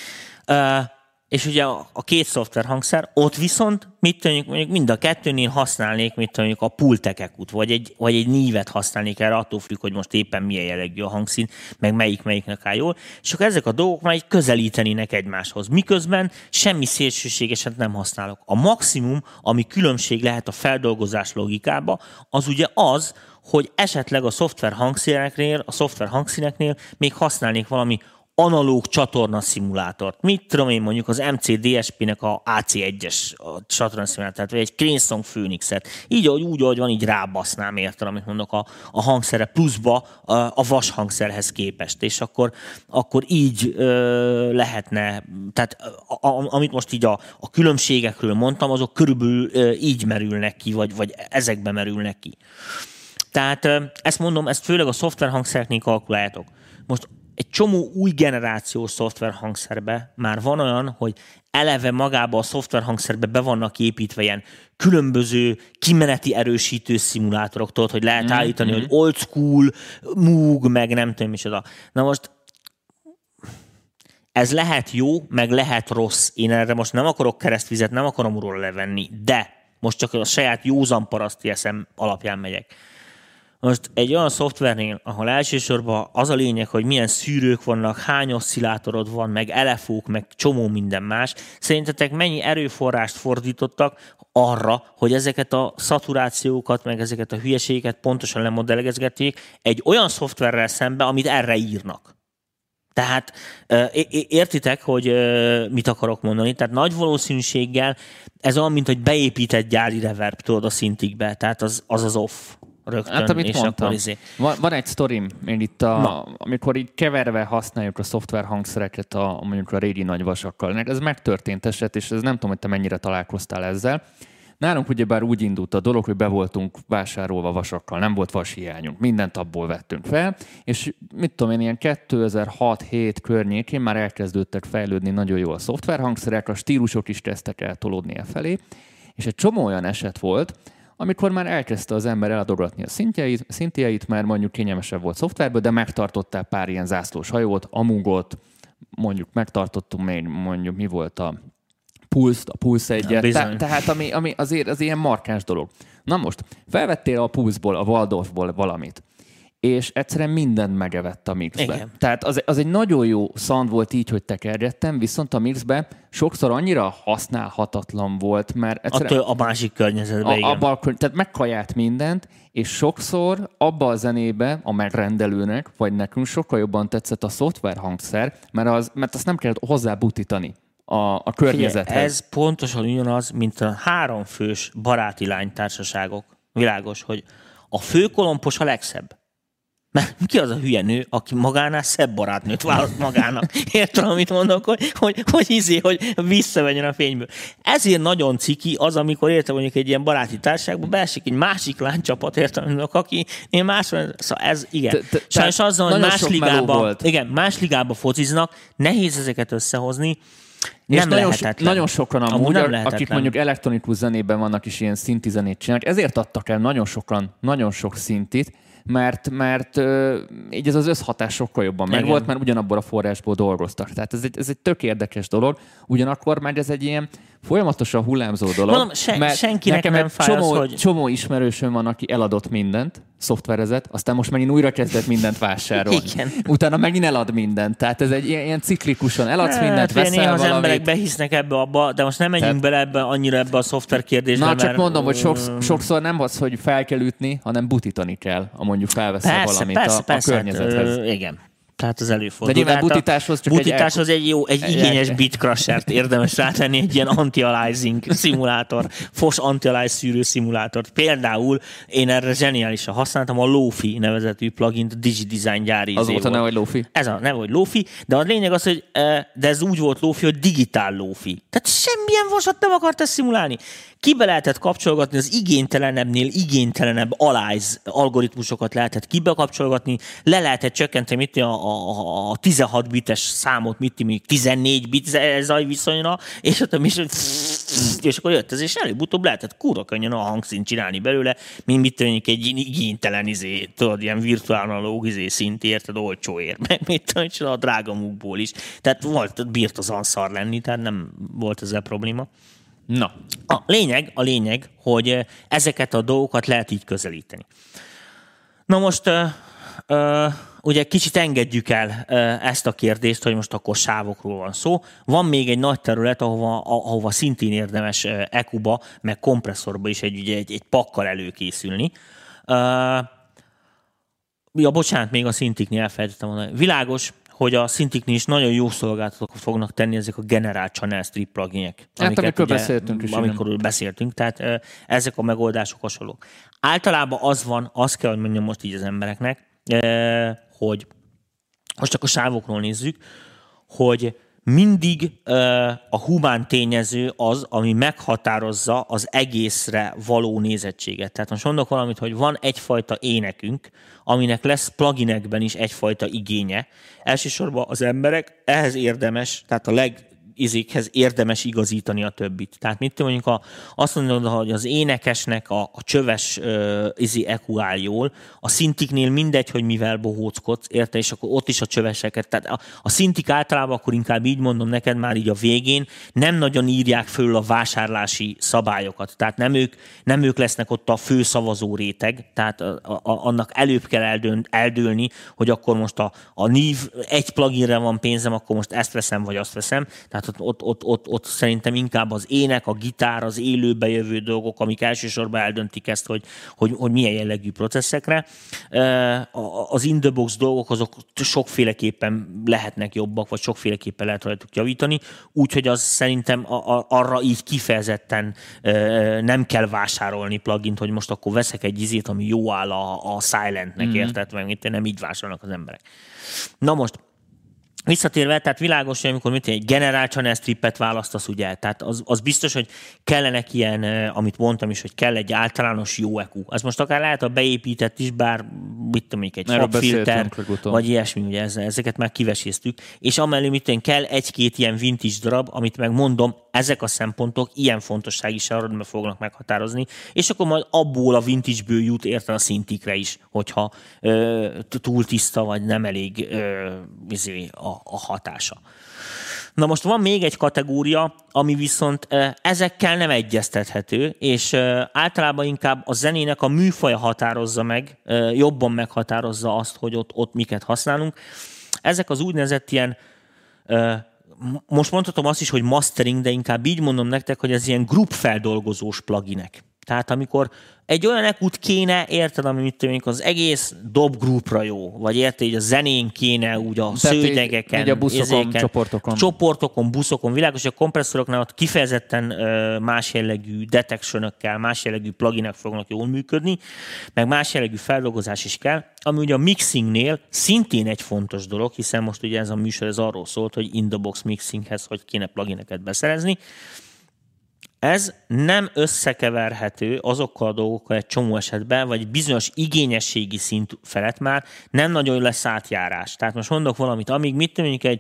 És ugye a 2 szoftver hangszer, ott viszont mondjuk mind a 2-nél használnék, mondjuk a pultekekut, vagy egy nívet használnék erre, attól függ, hogy most éppen milyen jellegű a hangszín, meg melyiknek áll jól, és akkor ezek a dolgok már így közelítenének egymáshoz. Miközben semmi szélsőségeset nem használok. A maximum, ami különbség lehet a feldolgozás logikába, az ugye az, hogy esetleg a szoftver hangszíneknél még használnék valami analóg csatorna szimulátort. Mit tudom én, mondjuk az MC-DSP-nek a AC1-es csatorna szimulátort, vagy egy Cranesong Phoenix-et. Így, ahogy van, így rábasznám, érted, amit mondok, a hangszere pluszba a vas hangszerhez képest. És akkor így lehetne, tehát amit most így a különbségekről mondtam, azok körülbelül így merülnek ki, vagy ezekbe merülnek ki. Tehát ezt mondom, ezt főleg a szoftverhangszereknél kalkuláljátok. Most egy csomó új generációs szoftverhangszerbe már van olyan, hogy eleve magába a szoftverhangszerbe be vannak építve ilyen különböző kimeneti erősítő szimulátorok, tudod, hogy lehet állítani, hogy old school, Moog, meg nem tudom micsoda. Na most ez lehet jó, meg lehet rossz. Én erre most nem akarok keresztvizet, nem akarom róla levenni, de most csak a saját józan paraszti eszem alapján megyek. Most egy olyan szoftvernél, ahol elsősorban az a lényeg, hogy milyen szűrők vannak, hány oszcillátorod van, meg elefók, meg csomó minden más, szerintetek mennyi erőforrást fordítottak arra, hogy ezeket a szaturációkat, meg ezeket a hülyeségeket pontosan lemodellegezgették egy olyan szoftverrel szembe, amit erre írnak. Tehát értitek, hogy mit akarok mondani? Tehát nagy valószínűséggel ez olyan, mint hogy beépített gyári reverb, tudod, a szintikbe, tehát az off. Rögtön, hát, amit és mondtam. akkor van egy sztorim, én itt amikor így keverve használjuk a szoftver hangszereket mondjuk a régi nagy vasakkal. Ez megtörtént eset, és ez nem tudom, hogy te mennyire találkoztál ezzel. Nálunk ugyebár úgy indult a dolog, hogy be voltunk vásárolva vasakkal, nem volt vashiányunk, mindent abból vettünk fel, és mit tudom én, ilyen 2006-7 környékén már elkezdődtek fejlődni nagyon jó a szoftverhangszerek, a stílusok is kezdtek eltolódni e felé, és egy csomó olyan eset volt, amikor már elkezdte az ember eladogatni a szintjeit, mert mondjuk kényelmesebb volt szoftverből, de megtartottál pár ilyen zászlós hajót, Amugot, mondjuk megtartottunk még, mondjuk mi volt a Pulse 1-et, tehát ami azért az ilyen markáns dolog. Na most, felvettél a Pulse-ból, a Waldorfból valamit, és egyszerűen mindent megevett a mixbe. Igen. Tehát az egy nagyon jó sound volt így, hogy tekergettem, viszont a mixbe sokszor annyira használhatatlan volt, mert egyszerűen... Attól a másik környezetben, igen. Tehát megkajált mindent, és sokszor abba a zenébe, a megrendelőnek, vagy nekünk sokkal jobban tetszett a szoftverhangszer, mert azt nem kellett hozzá butítani a környezethez. Figyelj, ez pontosan ugyanaz, mint a 3 fős baráti lánytársaságok. Világos, hogy a főkolompos a legszebb. Mert ki az a hülye nő, aki magánál szebb barátnőt választ magának? Értem, amit mondok, hogy visszavenjen a fényből. Ezért nagyon ciki az, amikor értem mondjuk egy ilyen baráti társaságban beesik egy másik lánycsapat, értem, mondok, aki én szóval ez, igen. Sajnos azzal, hogy más ligába fociznak, nehéz ezeket összehozni. Nem lehetetlen. Nagyon sokan amúgy akik mondjuk elektronikus zenében vannak és ilyen szinti zenét csinálnak, ezért adtak el nagyon sokan, nagyon sok szintit, mert így ez az összhatás sokkal jobban megvolt, mert ugyanabból a forrásból dolgoztak. Tehát ez egy tök érdekes dolog, ugyanakkor már ez egy ilyen folyamatosan hullámzó dolog. Mondom, senkinek nem fáj hogy... Csomó ismerősöm van, aki eladott mindent, szoftverezett, aztán most megint újra kezdett mindent vásárolni. Igen. Utána megint elad mindent. Tehát ez egy ilyen ciklikusan eladsz mindent, veszel valamit. Az emberek behisznek ebbe, de most nem menjünk bele annyira ebbe a szoftver kérdésbe. Na, csak mondom, hogy sokszor nem az, hogy fel kell ütni, hanem butítani kell, mondjuk felveszel valamit a környezethez. Igen. Tehát az előfordul. De nyilván butításhoz egy igényes bitcrushert érdemes rátenni, egy ilyen anti-aliasing szimulátor, fos anti-alias szűrő szimulátort. Például én erre zseniálisan használtam a Lofi nevezetű plugint, DigiDesign gyári. Az volt a neve, hogy Lofi? Ez a neve, hogy Lofi, de a lényeg az, hogy de ez úgy volt Lofi, hogy digitál Lofi. Tehát semmilyen vasat nem akart ezt szimulálni. Kibe lehetett kapcsolgatni az igénytelenebbnél igénytelenebb alias algoritmusokat lehetett kibekapcsolgatni, le lehetett csökkenteni a 16 bites számot, még 14 bit zajviszonyra, és akkor jött ez, és előbb-utóbb lehetett kurva könnyen a hangszínt csinálni belőle, mint egy igénytelen ilyen virtuál analóg szint, érted, olcsóért, meg a drága múkból is. Tehát bírt az anszar lenni, tehát nem volt ezzel probléma. Na. A lényeg, hogy ezeket a dolgokat lehet így közelíteni. Na most ugye kicsit engedjük el ezt a kérdést, hogy most akkor sávokról van szó. Van még egy nagy terület, ahova szintén érdemes EQ-ba, meg kompresszorba is egy pakkal előkészülni. Bocsánat, még a Cintiqnél elfelejtettem mondani. Világos, hogy a Cintiqnél is nagyon jó szolgáltatók fognak tenni ezek a General Channel Strip pluginek. Amikor beszéltünk, tehát ezek a megoldások hasonlók. Általában azt kell, hogy mondjam most így az embereknek, hogy most csak a sávokról nézzük, hogy mindig a humán tényező az, ami meghatározza az egészre való nézettséget. Tehát most mondok valamit, hogy van egyfajta énekünk, aminek lesz pluginekben is egyfajta igénye. Elsősorban az emberek ehhez érdemes, tehát a izékhez érdemes igazítani a többit. Tehát mit mondjuk, azt mondod, hogy az énekesnek a csöves EQ áll jól, a szintiknél mindegy, hogy mivel bohóckodsz, érte, és akkor ott is a csöveseket. Tehát a szintik általában, akkor inkább így mondom neked már így a végén, nem nagyon írják föl a vásárlási szabályokat. Tehát nem ők lesznek ott a fő szavazó réteg, tehát annak előbb kell eldőlni, hogy akkor most a NIV egy pluginre van pénzem, akkor most ezt veszem, vagy azt veszem. Tehát ott szerintem inkább az ének, a gitár, az élőbe jövő dolgok, amik elsősorban eldöntik ezt, hogy milyen jellegű processzekre. Az in the box dolgok azok sokféleképpen lehetnek jobbak, vagy sokféleképpen lehet rajtuk javítani, úgyhogy az szerintem arra így kifejezetten nem kell vásárolni plugint, hogy most akkor veszek egy izét, ami jó áll a Silentnek, érted? Meg itt nem így vásárolnak az emberek. Na most, visszatérve, tehát világos, hogy amikor egy General Channel Stripet választasz, ugye, tehát az biztos, hogy kellenek ilyen, amit mondtam is, hogy kell egy általános jó EQ. Az most akár lehet a beépített is, bár mit tudom, egy fabfilter, vagy ilyesmi, ugye ezeket már kiveséztük, és amellé kell egy-két ilyen vintage darab, amit megmondom, ezek a szempontok ilyen fontossági sorrendben fognak meghatározni, és akkor majd abból a vintageből jut érte a szintikre is, hogyha túl tiszta, vagy nem elég a hatása. Na most van még egy kategória, ami viszont ezekkel nem egyeztethető, és általában inkább a zenének a műfaja határozza meg, jobban meghatározza azt, hogy ott miket használunk. Ezek az úgynevezett ilyen, most mondhatom azt is, hogy mastering, de inkább így mondom nektek, hogy ez ilyen group feldolgozós pluginek. Tehát amikor egy olyan ekut kéne, érted, ami mit tudom, az egész dobgrupra jó, vagy érted, hogy a zenén kéne úgy a szőnyegeken, így a buszokon, csoportokon, buszokon, világos, hogy a kompresszoroknál ott kifejezetten más jellegű detection-ökkel, más jellegű pluginek fognak jól működni, meg más jellegű feldolgozás is kell, ami ugye a mixingnél szintén egy fontos dolog, hiszen most ugye ez a műsor ez arról szólt, hogy in-the-box mixinghez hogy kéne plugineket beszerezni. Ez nem összekeverhető azokkal a dolgokkal egy csomó esetben, vagy bizonyos igényességi szint felett már nem nagyon lesz átjárás. Tehát most mondok valamit, amíg mit mondjuk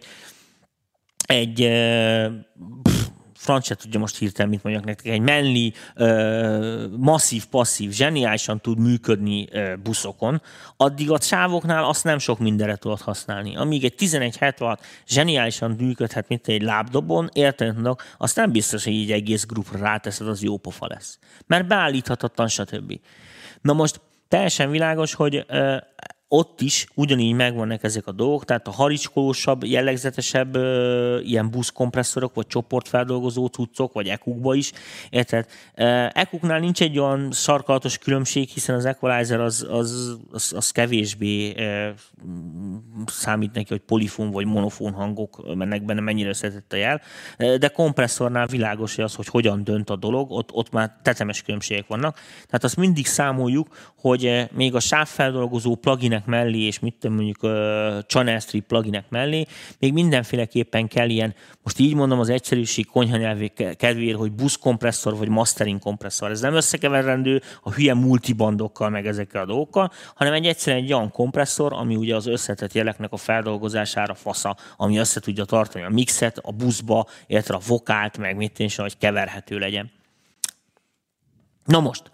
egy franc se tudja most hirtelen, mit mondjak nektek, egy manly, masszív, passzív, zseniálisan tud működni buszokon, addig a sávoknál azt nem sok mindenre tudod használni. Amíg egy 1176 zseniálisan működhet, mint egy lábdobon, érted, azt nem biztos, hogy így egész grupra ráteszed, az jó pofa lesz. Mert beállíthatatlan, stb. Na most teljesen világos, hogy ott is ugyanígy megvannak ezek a dolgok, tehát a haricskolósabb, jellegzetesebb ilyen buszkompresszorok, vagy csoportfeldolgozó cuccok, vagy EQ-kba is. Érted? EQ-knál nincs egy olyan sarkalatos különbség, hiszen az equalizer az kevésbé számít neki, hogy polifón vagy monofón hangok mennek benne, mennyire összetett a jel, de kompresszornál világos, hogy az, hogy hogyan dönt a dolog, ott már tetemes különbségek vannak. Tehát azt mindig számoljuk, hogy még a sávfeldolgozó pluginek mellé, és mit tudom mondjuk channel strip pluginek mellé, még mindenféleképpen kell ilyen, most így mondom az egyszerűség konyhanyelvé kedvéért, hogy buszkompresszor vagy mastering kompresszor. Ez nem összekeverendő a hülye multibandokkal, meg ezekkel a dolgokkal, hanem egyszerűen egy olyan kompresszor, ami ugye az összetett jeleknek a feldolgozására fasza, ami össze tudja tartani a mixet, a buszba, illetve a vokált, meg mit is, hogy keverhető legyen. Na most,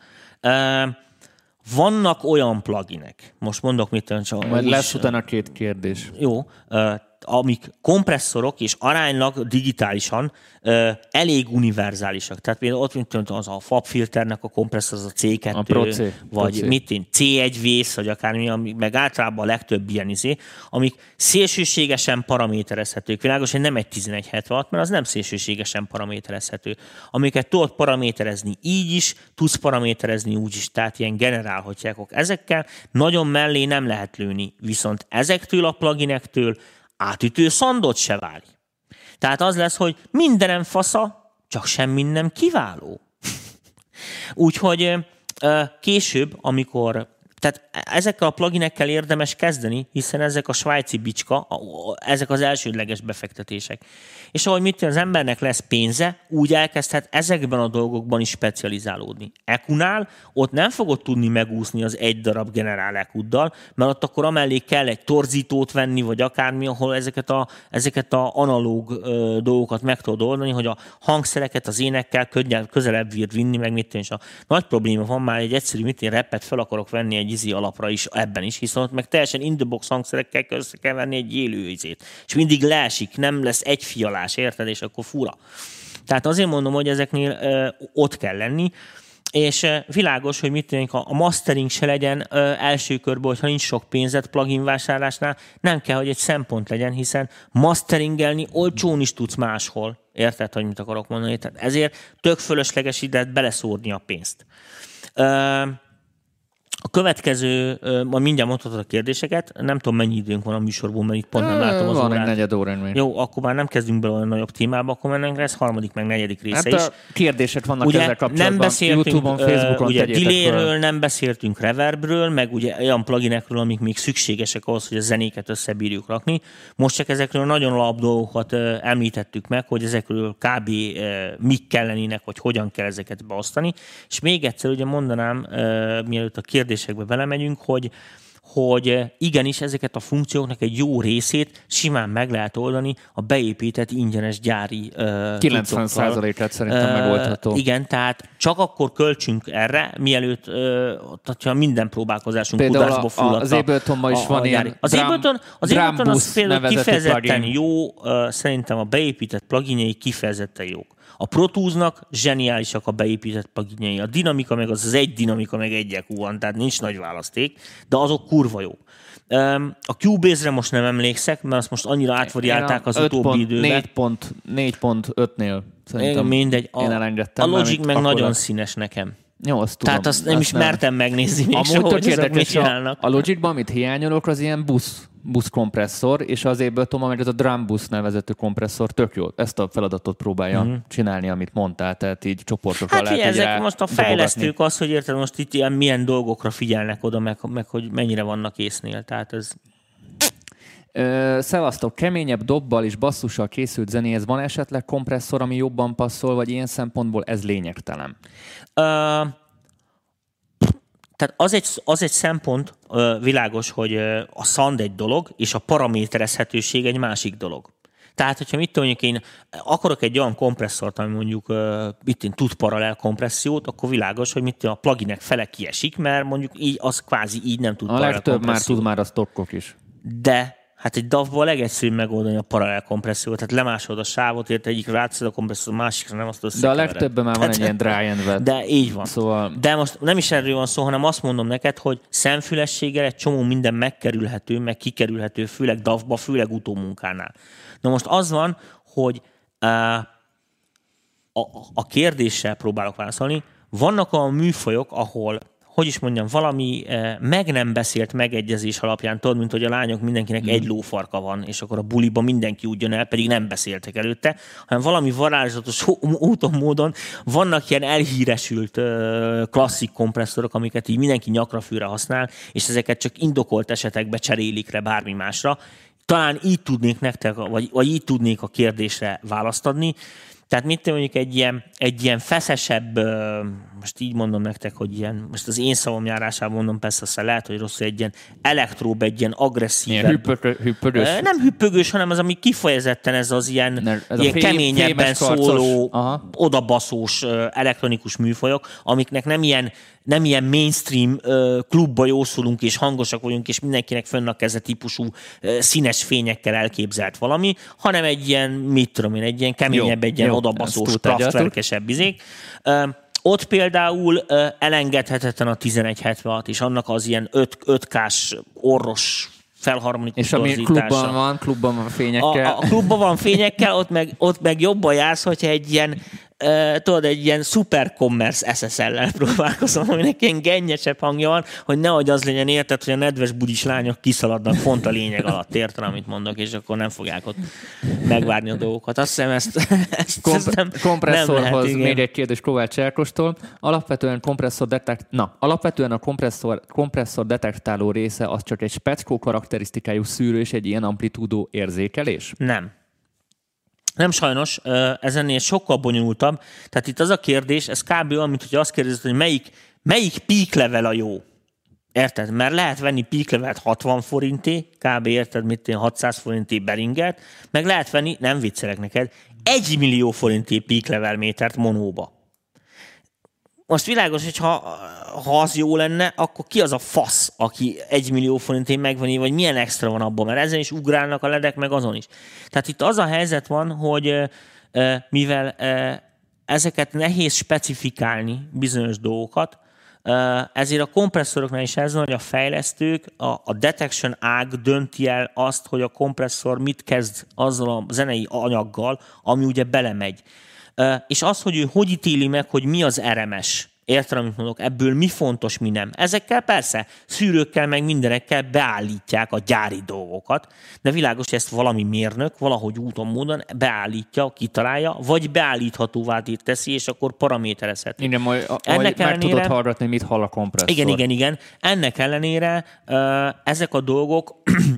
vannak olyan pluginek, most mondok mit csak... Majd lesz utána 2 kérdés. Jó, amik kompresszorok és aránylag digitálisan elég univerzálisak. Tehát például ott, mint az a FAB filternek a kompresszor, az a C2, a Pro-C, vagy C1 vész, vagy akármi, meg általában a legtöbb ilyen amik szélsőségesen paraméterezhetők. Világos, hogy nem egy 1176, mert az nem szélsőségesen paraméterezhető. Amiket tudod paraméterezni így is, tudsz paraméterezni úgy is, tehát ilyen generálhatjákok. Ezekkel nagyon mellé nem lehet lőni, viszont ezektől a pluginektől átütő szandot se válik. Tehát az lesz, hogy mindenem fasza, csak semmi nem kiváló. Úgyhogy később, amikor... Tehát ezekkel a pluginekkel érdemes kezdeni, hiszen ezek a svájci bicska, ezek az elsődleges befektetések. És ahogy az embernek lesz pénze, úgy elkezdhet ezekben a dolgokban is specializálódni. EQ-nál ott nem fogod tudni megúszni az egy darab generál EQ-ddal, mert ott akkor amellé kell egy torzítót venni, vagy akármi, ahol ezeket a analóg dolgokat meg tudod oldani, hogy a hangszereket az énekkel közelebb vinni, meg és a nagy probléma van már egy egyszerű, rappet fel akarok venni egy alapra is, ebben is, hiszen meg teljesen in-the-box hangszerekkel össze kell venni egy élő izét. És mindig leesik, nem lesz egy fialás, érted? És akkor fura. Tehát azért mondom, hogy ezeknél ott kell lenni, és világos, hogy a mastering se legyen első körben, hogyha nincs sok pénzed plugin vásárlásnál, nem kell, hogy egy szempont legyen, hiszen masteringelni olcsón is tudsz máshol. Érted, hogy mit akarok mondani? Tehát ezért tök fölösleges ide beleszórni a pénzt. A következő, majd mindjárt mondhatod a kérdéseket, nem tudom mennyi időnk van a műsorból, mert itt pont nem látom az van órát. Van egy negyed órán még. Jó, akkor már nem kezdünk bele olyan nagyobb témába, akkor mennek lesz harmadik, meg negyedik része hát is. A kérdések vannak ugye ezzel kapcsolatban. Nem beszéltünk, YouTube-on, Facebookon ugye delay-ről, föl. nem beszéltünk reverbről, meg ugye olyan pluginekről, amik még szükségesek ahhoz, hogy a zenéket összebírjuk rakni. Most csak ezekről nagyon alap dolgokat említettük meg, hogy ezekről kb. Mik kellenének, vagy hogyan kell ezeket beosztani. És még egyszer ugye mondanám, mielőtt a kérdésekbe belemegyünk, hogy igenis ezeket a funkcióknak egy jó részét simán meg lehet oldani a beépített ingyenes gyári 90%-át szerintem megoldható. Igen, tehát csak akkor költsünk erre, mielőtt ha minden próbálkozásunk kudarcba fulladt. Az Abletonban is van ilyen az Ableton az például kifejezetten jó, szerintem a beépített pluginjai kifejezetten jók. A Pro Tools-nak zseniálisak a beépített pluginjai. A dinamika meg az egy dinamika meg egy EQ van, tehát nincs nagy választék, de azok kurva jók. A Cubase-re most nem emlékszek, mert azt most annyira átvariálták az utóbbi időben. 4.5-nél szerintem mindegy. én elengedtem. A Logic meg nagyon színes nekem. Jó, azt tudom. Tehát azt nem is mertem megnézni még soha, hogy ezek mit csinálnak. A Logicban, amit hiányolok, az ilyen busz kompresszor, és az évből tudom, hogy ez a drum bus nevezetű kompresszor tök jó. Ezt a feladatot próbálja csinálni, amit mondtál, tehát így csoportokra lehet ezek most a fejlesztők az, hogy érted, most itt ilyen milyen dolgokra figyelnek oda, meg hogy mennyire vannak észnél. Tehát ez... Szevasztok, keményebb dobbal és basszussal készült zenéhez van esetleg kompresszor, ami jobban passzol, vagy ilyen szempontból ez lényegtelen? Tehát az egy szempont világos, hogy a sound egy dolog, és a paraméterezhetőség egy másik dolog. Tehát, hogyha mit tudom, én akarok egy olyan kompresszort, ami mondjuk itt tud paralel kompressziót, akkor világos, hogy a pluginek fele kiesik, mert mondjuk így az kvázi így nem tud paralel kompressziót. A legtöbb már tud már a stockok is. De hát egy DAW-ból a legegyszerűbb megoldani a paralel kompressziót, tehát lemásod a sávot, érte egyikre rátszed a kompresszor, másikra nem, azt összekevered. De a legtöbben már van egy ilyen dry and wet. De így van. Szóval... De most nem is erről van szó, hanem azt mondom neked, hogy szemfülességgel egy csomó minden megkerülhető, meg kikerülhető, főleg DAW-ba, főleg utómunkánál. Na most az van, hogy a kérdéssel próbálok válaszolni. Vannak olyan műfajok, ahol hogy is mondjam, valami meg nem beszélt megegyezés alapján, tudod, mint hogy a lányok mindenkinek egy lófarka van, és akkor a buliba mindenki úgy jön el, pedig nem beszéltek előtte, hanem valami varázslatos úton, módon vannak ilyen elhíresült klasszik kompresszorok, amiket így mindenki nyakrafűre használ, és ezeket csak indokolt esetekbe cserélik rá bármi másra. Talán így tudnék nektek, vagy így tudnék a kérdésre választ adni. Tehát mit mondjuk egy ilyen feszesebb, most így mondom nektek, hogy ilyen, most az én szavam járásában mondom, persze aztán lehet, hogy rossz, egy ilyen elektróbb, egy ilyen agresszívebb. Hüppögös. Nem hüppögös, hanem az, ami kifejezetten ez az ilyen keményebben szóló, odabaszós elektronikus műfajok, amiknek nem ilyen mainstream klubba jószulunk és hangosak vagyunk, és mindenkinek fönn a keze típusú színes fényekkel elképzelt valami, hanem egy ilyen, mit tudom én, egy ilyen keményebb, egy ilyen odabaszós, kraftwerkesebb izék. Ott például elengedhetetlen a 1176 és annak az ilyen 5K-s orros felharmonikus és ami klubban van fényekkel. A klubban van fényekkel, ott meg jobban jársz, hogyha egy ilyen tudod, egy ilyen super commerce SSL-lel próbálkozom, aminek ilyen gennyesebb hangja van, hogy nehogy az legyen, érted, hogy a nedves budis lányok kiszaladnak pont a lényeg alatt, érted, amit mondok, és akkor nem fogják ott megvárni a dolgokat. Azt hiszem, ezt kompresszorhoz még egy kérdés Kovács Ákostól. Alapvetően a kompresszor detektáló része az csak egy speckó karakterisztikájú szűrő és egy ilyen amplitúdó érzékelés? Nem sajnos, ez ennél sokkal bonyolultabb. Tehát itt az a kérdés, ez kb. Olyan, mint hogy azt kérdezed, hogy melyik peak level a jó. Érted? Mert lehet venni peak levelt 60 forinté, kb. Érted, mit 600 forinté Behringert, meg lehet venni, nem viccelek neked, 1 millió forinté peak level métert monóba. Most világos, hogy ha az jó lenne, akkor ki az a fasz, aki 1 millió forintén megvenni, vagy milyen extra van abban, mert ezen is ugrálnak a ledek, meg azon is. Tehát itt az a helyzet van, hogy mivel ezeket nehéz specifikálni, bizonyos dolgokat, ezért a kompresszoroknál is ez van, hogy a fejlesztők, a detection ág dönti el azt, hogy a kompresszor mit kezd azzal a zenei anyaggal, ami ugye belemegy. És az, hogy ő hogy ítéli meg, hogy mi az RMS, érted, amit mondok, ebből mi fontos, mi nem. Ezekkel persze szűrőkkel, meg mindenekkel beállítják a gyári dolgokat, de világos, hogy ezt valami mérnök valahogy úton, módon beállítja, kitalálja, vagy beállíthatóvá teszi, és akkor paraméterezhető. Igen, majd meg tudod hallgatni, mit hall a kompresszor. Igen. Ennek ellenére ezek a dolgok,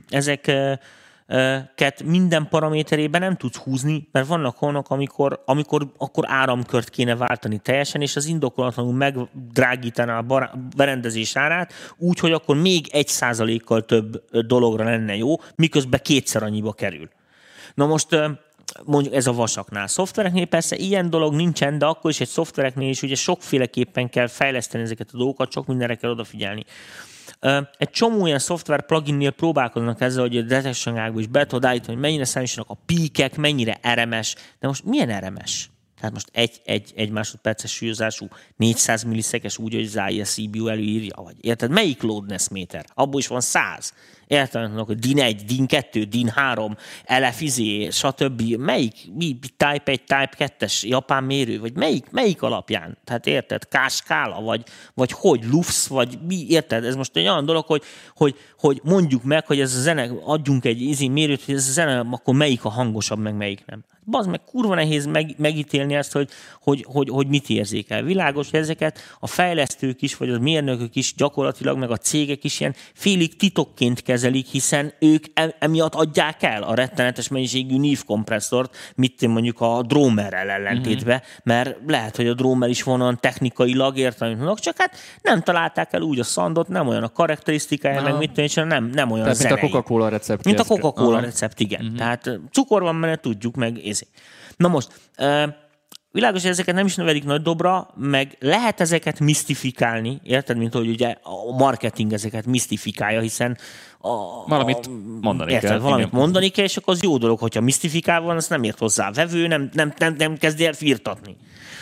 ezeket minden paraméterében nem tudsz húzni, mert vannak olyanok, amikor akkor áramkört kéne váltani teljesen, és az indokolatlanul megdrágítaná a berendezés árát, úgyhogy akkor még 1%-kal több dologra lenne jó, miközben 2-szer annyiba kerül. Na most mondjuk ez a vasaknál. Szoftvereknél persze ilyen dolog nincsen, de akkor is egy szoftvereknél is ugye sokféleképpen kell fejleszteni ezeket a dolgokat, sok mindenre kell odafigyelni. Egy csomó ilyen szoftver pluginnél próbálkoznak ezzel, hogy a detection ágba is be tudod állítani, hogy mennyire számítanak a píkek, mennyire RMS, de most milyen RMS? Tehát most egy másodperces súlyozású 400 millisekes úgy, hogy az ISCBU előírja, vagy érted? Melyik loadness méter? Abból is van 100. Értelmetlenek, hogy DIN 1, DIN 2, DIN 3, LF, stb. Mi Type 1, Type 2-es japán mérő, vagy melyik alapján? Tehát érted? K-skála, vagy hogy? LUFS, vagy mi? Érted? Ez most egy olyan dolog, hogy mondjuk meg, hogy ez a zene, adjunk egy mérőt, hogy ez a zene, akkor melyik a hangosabb, meg melyik nem. Bazd meg, kurva nehéz megítélni ezt, hogy mit érzékel. Világos, hogy ezeket a fejlesztők is, vagy a mérnökök is gyakorlatilag, meg a cégek is ilyen félig titokként kezelik, hiszen ők emiatt adják el a rettenetes mennyiségű NIF kompresszort, mondjuk a Dromerrel ellentétben, mert lehet, hogy a Dromer is van olyan technikailag értelmetlenek, csak hát nem találták el úgy a szandot, nem olyan a karakterisztikája, meg és nem olyan zenei. Mint a Coca-Cola recept. Mint a Coca-Cola recept, igen. Tehát cukor van benne, tudjuk, meg ezért. Na most, világos, hogy ezeket nem is nevelik nagy dobra, meg lehet ezeket misztifikálni, érted, mint hogy ugye a marketing ezeket misztifikálja, hiszen valamit mondani érted, kell. Valamit mondani kell, és akkor az jó dolog, hogyha misztifikálva van, azt nem ért hozzá a vevő, nem kezdi el firtatni.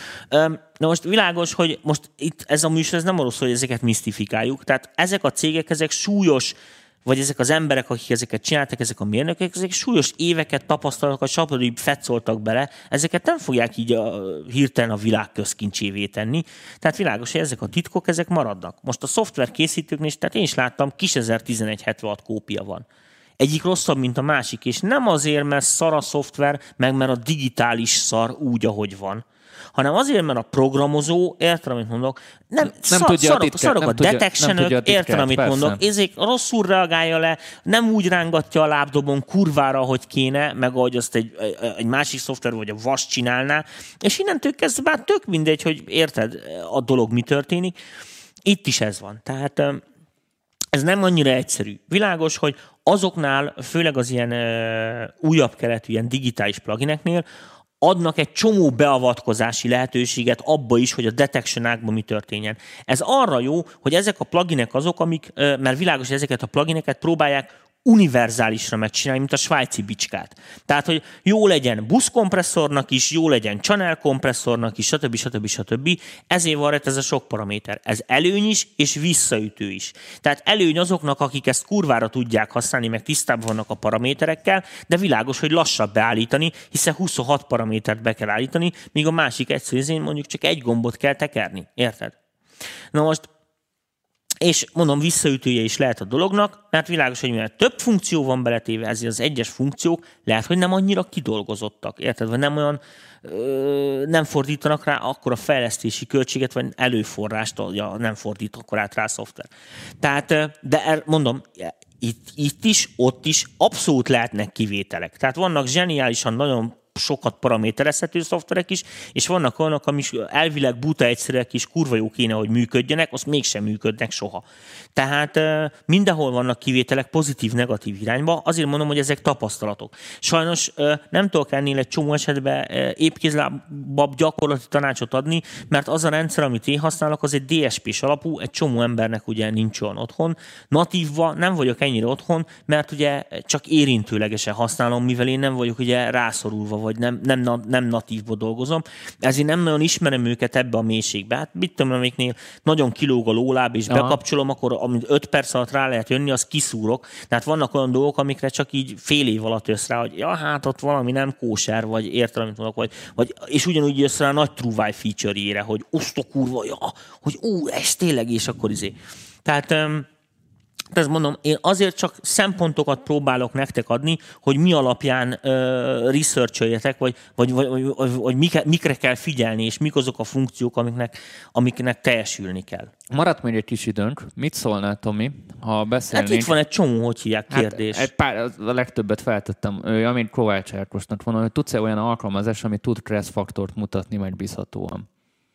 Na most világos, hogy most itt ez a műsor, ez nem arról szól, hogy ezeket misztifikáljuk, tehát ezek a cégek, ezek súlyos, vagy ezek az emberek, akik ezeket csináltak, ezek a mérnökök, ezek súlyos éveket, tapasztalatokat, stb. Fetszoltak bele, ezeket nem fogják így hirtelen a világ közkincsévé tenni. Tehát világos, hogy ezek a titkok, ezek maradnak. Most a szoftver készítőknél, tehát én is láttam, kis 101176 kópia van. Egyik rosszabb, mint a másik, és nem azért, mert szar a szoftver, meg mert a digitális szar úgy, ahogy van, hanem azért, mert a programozó, érted, amit mondok, nem tudja szarok a detection-ök, érted, amit mondok, ezért rosszul reagálja le, nem úgy rángatja a lábdobon kurvára, hogy kéne, meg ahogy azt egy másik szoftver vagy a vas csinálná, és innentől kezdve már tök mindegy, hogy érted, a dolog mi történik. Itt is ez van. Tehát ez nem annyira egyszerű. Világos, hogy azoknál, főleg az ilyen újabb keletű, ilyen digitális plugineknél, adnak egy csomó beavatkozási lehetőséget abba is, hogy a detection ágban mi történjen. Ez arra jó, hogy ezek a pluginek azok, amik, mert világos, hogy ezeket a plugineket próbálják univerzálisra megcsinálni, mint a svájci bicskát. Tehát, hogy jó legyen buszkompresszornak is, jó legyen channel kompresszornak is, stb. Ezért van ez a sok paraméter. Ez előny is, és visszaütő is. Tehát előny azoknak, akik ezt kurvára tudják használni, meg tisztában vannak a paraméterekkel, de világos, hogy lassabb beállítani, hiszen 26 paramétert be kell állítani, míg a másik egyszerűen mondjuk csak egy gombot kell tekerni. Érted? Na most és mondom, visszaütője is lehet a dolognak, mert világos, hogy mivel több funkció van beletéve, ezért az egyes funkciók lehet, hogy nem annyira kidolgozottak, érted? Vagy nem olyan, nem fordítanak rá akkora fejlesztési költséget, vagy előforrást, nem fordít akkor át rá a szoftver. Tehát, de mondom, itt is, ott is abszolút lehetnek kivételek. Tehát vannak zseniálisan nagyon sokat paraméterezhető szoftverek is, és vannak olyanok, amik elvileg buta egyszerűek is kurva jó kéne, hogy működjenek, azt mégsem működnek soha. Tehát mindenhol vannak kivételek pozitív-negatív irányba, azért mondom, hogy ezek tapasztalatok. Sajnos nem tudok ennél egy csomó esetben épkézlábabb gyakorlati tanácsot adni, mert az a rendszer, amit én használok, az egy DSP-s alapú, egy csomó embernek ugye nincs olyan otthon. Natívva nem vagyok ennyire otthon, mert ugye csak érintőlegesen használom, mivel én nem vagyok ugye rászorulva, vagy nem natívba dolgozom, ezért nem nagyon ismerem őket ebbe a mélységbe. Hát mit tudom, amiknél nagyon kilóg a lóláb, és bekapcsolom, akkor amit 5 perc alatt rá lehet jönni, az kiszúrok. Tehát vannak olyan dolgok, amikre csak így fél év alatt jössz rá, hogy ja, hát ott valami nem kóser, vagy értem, amit mondok, vagy és ugyanúgy jössz rá a nagy TrueWire feature-ére, hogy osztokurva, ja, hogy ez tényleg, és akkor Tehát ezt mondom, én azért csak szempontokat próbálok nektek adni, hogy mi alapján research-öljetek, vagy mikre kell figyelni, és mik azok a funkciók, amiknek teljesülni kell. Maradt még egy kis időnk. Mit szólnál, Tomi, ha beszélnénk? Hát itt van egy csomó, hogy hívják kérdés. Hát a legtöbbet feltettem, amit Kovács Ákosnak van, hogy tudsz-e olyan alkalmazás, ami tud stressz faktort mutatni megbízhatóan?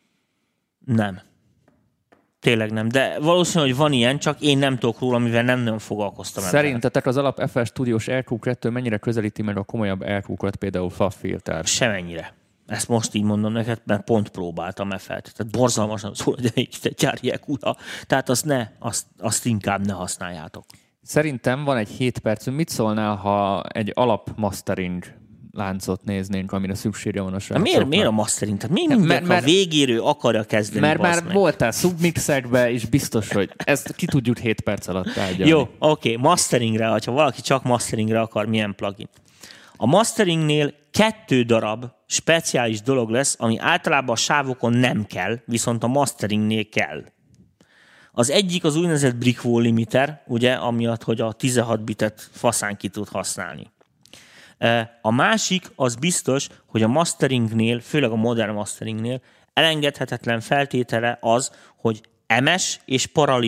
Nem. Tényleg nem, de valószínű, hogy van ilyen, csak én nem tudok róla, mivel nem nagyon foglalkoztam ebben. Szerintetek az alap FL Studios RQ2 mennyire közelíti meg a komolyabb RQ-kat, például FAF filter? Semennyire. Ezt most így mondom neked, mert pont próbáltam FL-t. Tehát borzalmasan szól, hogy egy gyári EQ-ra. Tehát azt inkább ne használjátok. Szerintem van egy 7 percünk. Mit szólnál, ha egy alap mastering láncot néznénk, amire szüksége van a srácoknak. Miért a mastering? Tehát miért mindenki a végéről akarja kezdeni? Mert már voltál submixekbe, és biztos, hogy ezt ki tudjuk 7 perc alatt tárgyalni. Jó, oké. Masteringre, ha valaki csak masteringre akar, milyen plugin? A masteringnél 2 darab speciális dolog lesz, ami általában a sávokon nem kell, viszont a masteringnél kell. Az egyik az úgynevezett Brickwall limiter, ugye, amiatt, hogy a 16 bitet faszán ki tud használni. A másik az biztos, hogy a masteringnél, főleg a modern masteringnél elengedhetetlen feltétele az, hogy MS és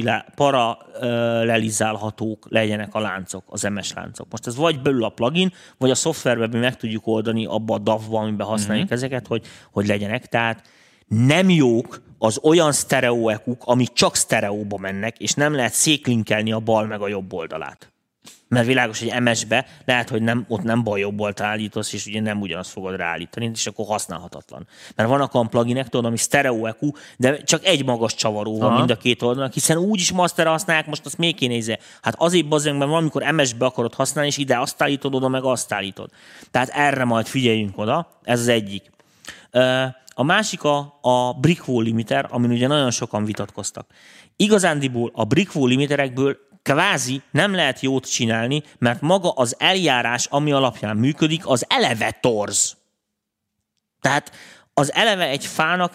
paralelizálhatók legyenek a láncok, az MS láncok. Most ez vagy belül a plugin, vagy a szoftverben meg tudjuk oldani abba a DAW-ban, amiben használjuk ezeket, hogy legyenek. Tehát nem jók az olyan sztereó EQ-k, amik csak sztereóba mennek, és nem lehet széklinkelni a bal meg a jobb oldalát. Mert világos, hogy MS-be lehet, hogy ott nem bal jobb oldalt állítasz, és ugye nem ugyanazt fogod ráállítani, és akkor használhatatlan. Mert vannak olyan pluginek, tudod, ami sztereó EQ, de csak egy magas csavaró van mind a két oldalon, hiszen úgyis master használják, most azt még kéne nézni. Hát azért bazdmeg, mert valamikor MS-be akarod használni, és ide azt állítod, oda meg azt állítod. Tehát erre majd figyeljünk oda, ez az egyik. A másik a Brickwall limiter, amin ugye nagyon sokan vitatkoztak. Igazándiból a Brickwall limiterekből kvázi nem lehet jót csinálni, mert maga az eljárás, ami alapján működik, az eleve torz. Tehát az eleve egy fának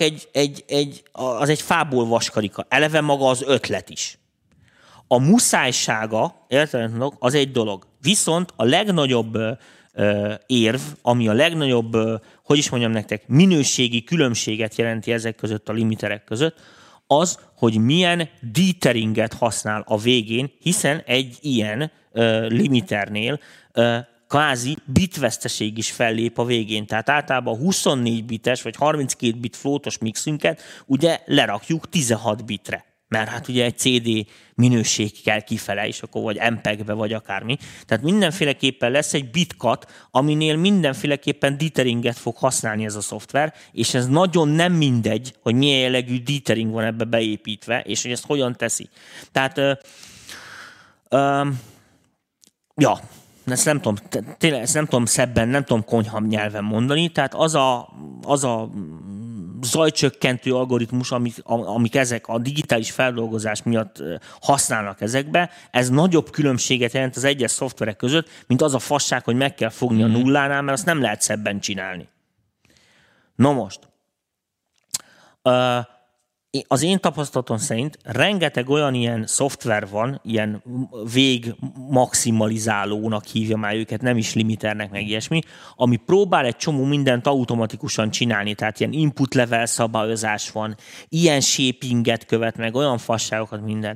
az egy fából vaskarika. Eleve maga az ötlet is. A muszájsága, értelemben, az egy dolog. Viszont a legnagyobb érv, ami a legnagyobb, hogy is mondjam nektek, minőségi különbséget jelenti ezek között a limiterek között, az, hogy milyen deteringet használ a végén, hiszen egy ilyen limiternél kvázi bitveszteség is fellép a végén. Tehát általában 24 bites vagy 32 bit flótos mixünket ugye lerakjuk 16 bitre. Mert hát ugye egy CD minőség kell kifele, és akkor vagy MPEG-be, vagy akármi. Tehát mindenféleképpen lesz egy bitcut, aminél mindenféleképpen deteringet fog használni ez a szoftver, és ez nagyon nem mindegy, hogy milyen jellegű detering van ebbe beépítve, és hogy ezt hogyan teszi. Tehát, ezt nem tudom, tényleg ezt nem tudom szebben, nem tudom konyha nyelven mondani, tehát az a zajcsökkentő algoritmus, amik ezek a digitális feldolgozás miatt használnak ezekbe, ez nagyobb különbséget jelent az egyes szoftverek között, mint az a fasság, hogy meg kell fogni a nullánál, mert azt nem lehet szebben csinálni. Na most, az én tapasztalatom szerint rengeteg olyan ilyen szoftver van, ilyen végmaximalizálónak hívja már őket, nem is limiternek, meg ilyesmi, ami próbál egy csomó mindent automatikusan csinálni, tehát ilyen input level szabályozás van, ilyen shapinget követ meg, olyan fasságokat, minden.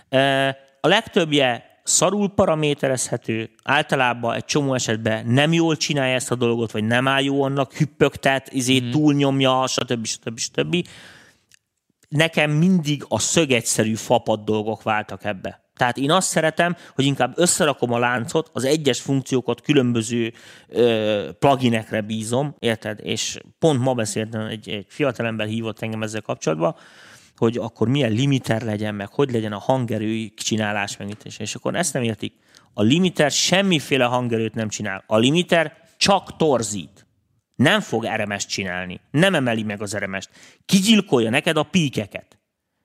A legtöbbje szarul paraméterezhető, általában egy csomó esetben nem jól csinálja ezt a dolgot, vagy nem áll jó annak, hüppögtet, túlnyomja, stb. Nekem mindig a szögegyszerű fapad dolgok váltak ebbe. Tehát én azt szeretem, hogy inkább összerakom a láncot, az egyes funkciókat különböző pluginekre bízom, érted? És pont ma beszéltem, egy fiatalember hívott engem ezzel kapcsolatban, hogy akkor milyen limiter legyen, meg hogy legyen a hangerői csinálás, meg itt és akkor ezt nem értik. A limiter semmiféle hangerőt nem csinál. A limiter csak torzít. Nem fog RMS-t csinálni. Nem emeli meg az RMS-t. Kigyilkolja neked a píkeket.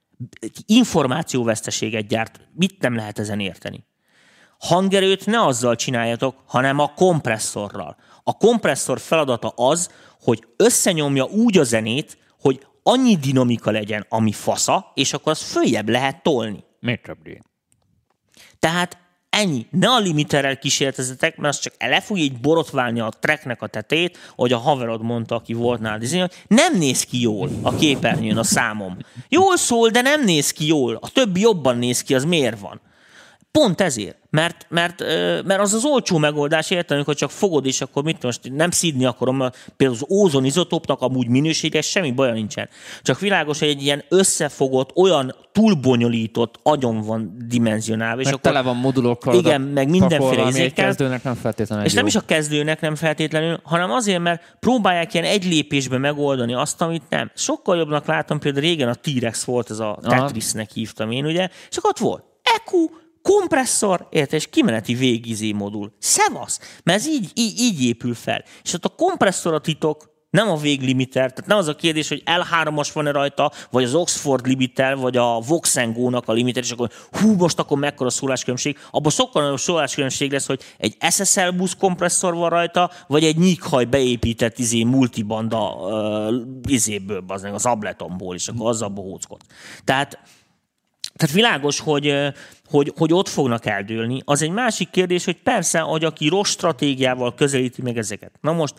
Információveszteséget gyárt. Mit nem lehet ezen érteni? Hangerőt ne azzal csináljatok, hanem a kompresszorral. A kompresszor feladata az, hogy összenyomja úgy a zenét, hogy annyi dinamika legyen, ami fasza, és akkor az följebb lehet tolni. Miért többé? Tehát ennyi. Ne a limiterrel kísérletezetek, mert az csak le fog így borotválni a tracknek a tetejét, ahogy a haverod mondta, aki volt nálad, hogy nem néz ki jól a képernyőn a számom. Jól szól, de nem néz ki jól. A többi jobban néz ki, az miért van? Pont ezért. Mert az az olcsó megoldás, értelmük, hogy csak fogod, és akkor mit most nem szídni akarom, mert például az ózon izotópnak amúgy minőséges, semmi baja nincsen. Csak világos, hogy egy ilyen összefogott, olyan túlbonyolított agyon van dimenzionálva. És akkor tele van modulokkal. Igen, meg mindenféle izékkel. Kezdőnek nem feltétlenül. És nem is a kezdőnek nem feltétlenül, hanem azért, mert próbálják ilyen egy lépésben megoldani azt, amit nem. Sokkal jobbnak látom, például régen a T-Rex volt, ez a Tetrisnek hívtam én, ugye, csak ott volt EQ, kompresszor, érted, és kimeneti végizé modul. Szevasz! Mert ez így épül fel. És ott a kompresszor a titok, nem a véglimiter, tehát nem az a kérdés, hogy L3-as van-e rajta, vagy az Oxford limiter, vagy a Voxengo-nak a limiter, és akkor most akkor mekkora szóláskülönbség. Abban sokkal nagyobb szóláskülönbség lesz, hogy egy SSL busz kompresszor van rajta, vagy egy nyíkhaj beépített multibanda izéből, az Abletonból, és akkor azzal bohóckodsz. Tehát világos, hogy ott fognak eldőlni. Az egy másik kérdés, hogy persze, hogy aki rossz stratégiával közelíti meg ezeket. Na most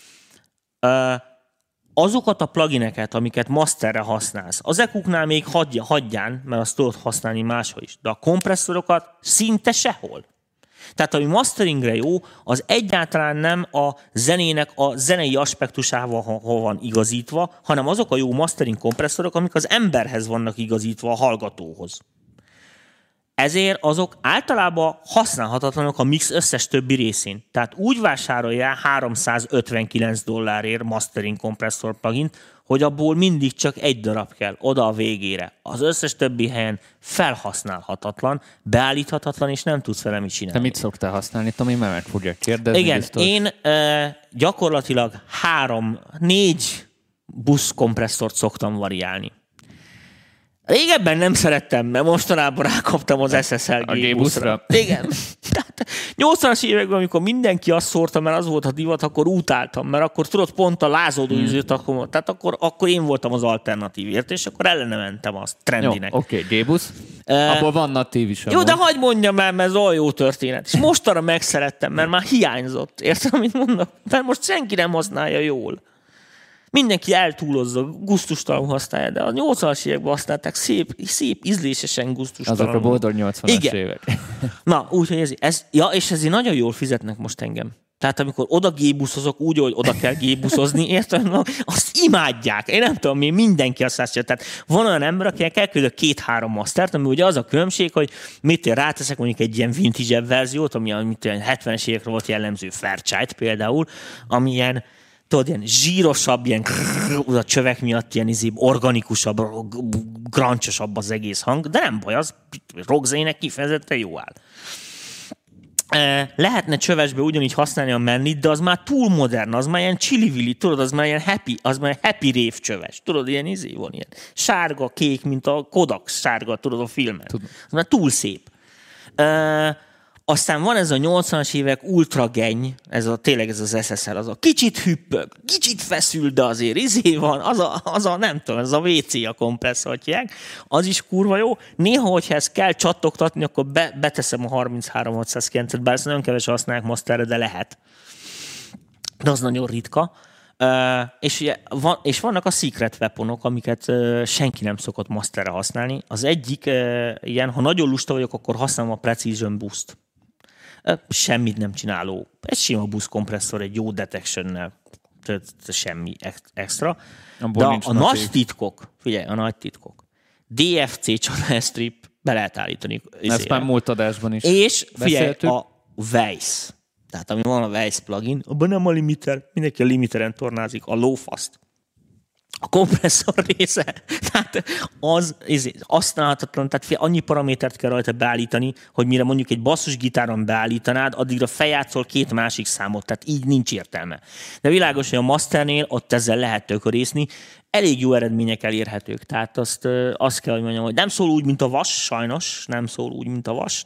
azokat a plugineket, amiket masterre használsz, az EQ-knál még hagyján, mert azt tudod használni máshol is, de a kompresszorokat szinte sehol. Tehát ami masteringre jó, az egyáltalán nem a zenének a zenei aspektusával van igazítva, hanem azok a jó mastering kompresszorok, amik az emberhez vannak igazítva, a hallgatóhoz. Ezért azok általában használhatatlanok a mix összes többi részén. Tehát úgy vásároljál $359 mastering kompresszor plugin, hogy abból mindig csak egy darab kell, oda a végére. Az összes többi helyen felhasználhatatlan, beállíthatatlan, és nem tudsz vele mit csinálni. Te mit szoktál használni, Tomi? Mert meg fogja kérdezni. Igen, biztos. én gyakorlatilag 3-4 busz kompresszort szoktam variálni. Régebben nem szerettem, mert mostanában rákaptam az SSL G-buszra. Igen. Tehát 80-as években, amikor mindenki azt szórta, mert az volt a divat, akkor utáltam, mert akkor tudod, pont a lázódó üzőt, tehát akkor én voltam az alternatívért, és akkor ellene mentem azt trendinek. Jó, oké, G-busz. Abból van natív is. Jó, de hagyd mondjam el, mert ez olyan jó történet. És mostanra megszerettem, mert már hiányzott. Érted, amit mondok? Mert most senki nem használja jól. Mindenki eltúlozza, gusztustalanul használja, de a 80-as években használták szép ízlésesen gusztustalanul. Azok a boldog 80-as évek. Na, úgyhogy és ezért nagyon jól fizetnek most engem. Tehát amikor oda G-buszozok úgy, hogy oda kell G-buszozni, érted? Azt imádják. Én nem tudom, mindenki azt látja. Tehát van olyan ember, akinek elküldök 2-3 mastert, ami ugye az a különbség, hogy én ráteszek mondjuk egy ilyen vintage verziót, ami 70-es évekre volt jellemző Fairchild például, ami ilyen tudod, ilyen zsírosabb, ilyen a csövek miatt ilyen organikusabb, grancsosabb az egész hang, de nem baj, az rockzenének kifejezetten jó áll. Lehetne csövesbe ugyanígy használni a mennit, de az már túl modern, az már ilyen chili-willy, tudod, az már ilyen happy rave csöves. Tudod, ilyen van ilyen sárga, kék, mint a Kodak sárga, tudod, a filmen. Az már túl szép. Aztán van ez a 80-as évek ultrageny, tényleg ez az SSL, az a kicsit hüppög, kicsit feszül, de azért van, az a nem tudom, ez a WC a kompresszortják, az is kurva jó. Néha, hogyha ezt kell csattogtatni, akkor beteszem a 33609-et, bár ezt nagyon kevesen használják masterre, de lehet. De az nagyon ritka. És vannak a secret weaponok, amiket senki nem szokott masterre használni. Az egyik ilyen, ha nagyon lusta vagyok, akkor használom a Precision Boost. Semmit nem csináló. Egy sima busz kompresszor, egy jó detection-nel. Semmi extra. De a nagy titkok, figyelj, a nagy titkok. DFC channel-strip be lehet állítani. Ezt már múlt adásban is és figyelj, beszéltük. a Weiss. Tehát ami van a Weiss plugin, abban nem a limiter, mindenki a limiteren tornázik, a low-fast. A kompresszor része, tehát az használhatatlan, tehát annyi paramétert kell rajta beállítani, hogy mire mondjuk egy basszusgitáron beállítanád, addigra feljátszol 2 másik számot, tehát így nincs értelme. De világos, hogy a masternél ott ezzel lehet tökörészni, elég jó eredmények elérhetők, tehát azt kell, hogy mondjam, hogy nem szól úgy, mint a vas, sajnos, nem szól úgy, mint a vas,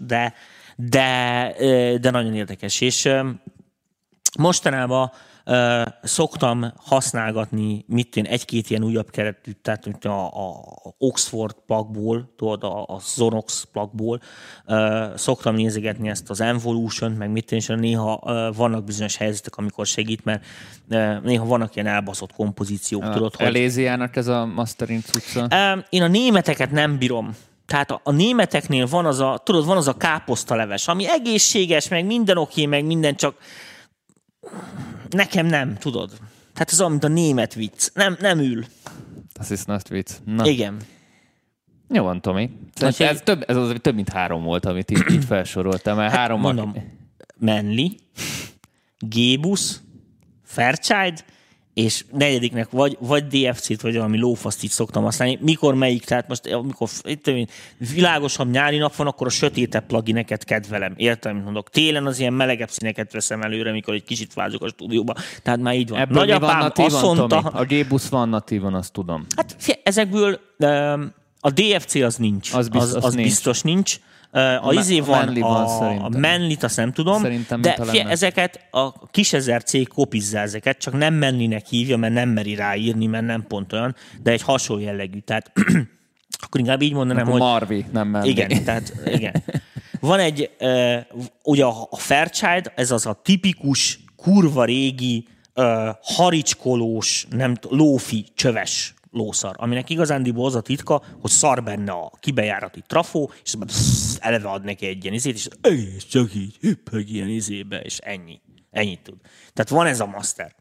de nagyon érdekes. És mostanában szoktam használgatni, egy-két ilyen újabb keretű, tehát mint a Oxford plugból, tudod, a Zonox plugból, szoktam nézegetni ezt az Envolution-t, meg és néha vannak bizonyos helyzetek, amikor segít, mert néha vannak ilyen elbaszott kompozíciók, tudod, hogy... Eléziának ez a mastering cucca? Én a németeket nem bírom. Tehát a németeknél van az a káposztaleves, ami egészséges, meg minden oké, meg minden, csak nekem nem, tudod. Tehát ez olyan, mint a német vicc. Nem ül. Das ist nicht vicc. Na. Igen. Jó van, Tomi. Ez több mint 3 volt, amit itt felsoroltam. Mert 3 mondom, Manly, G-busz, Fairchild, és negyediknek vagy DFC-t, vagy valami lófaszt így szoktam használni. Mikor melyik? Tehát most, amikor világosabb nyári nap van, akkor a sötétebb plugineket kedvelem. Értem, amit mondok. Télen az ilyen melegebb színeket veszem előre, amikor egy kicsit vázok a stúdióba. Tehát már így van. Ebből Nagyapám azt mondta... A G-busz van natívan, azt tudom. Hát ezekből a DFC az nincs. Az biztos nincs. A izé van, a Manlit azt nem tudom, szerintem de ezeket a kis ezer cég kopizza ezeket, csak nem Manlinek hívja, mert nem meri ráírni, mert nem pont olyan, de egy hasonló jellegű. Tehát akkor inkább így mondanám, hogy... Marvi, nem Manli. Igen, tehát igen. Van egy, ugye a Fairchild, ez az a tipikus, kurva régi, haricskolós, lófi, csöves lószar, aminek igazándiból az a titka, hogy szar benne a kibejárati trafó, és eleve ad neki egy ilyen izét, és csak így hüppög ilyen izébe, és ennyi. Ennyit tud. Tehát van ez a master.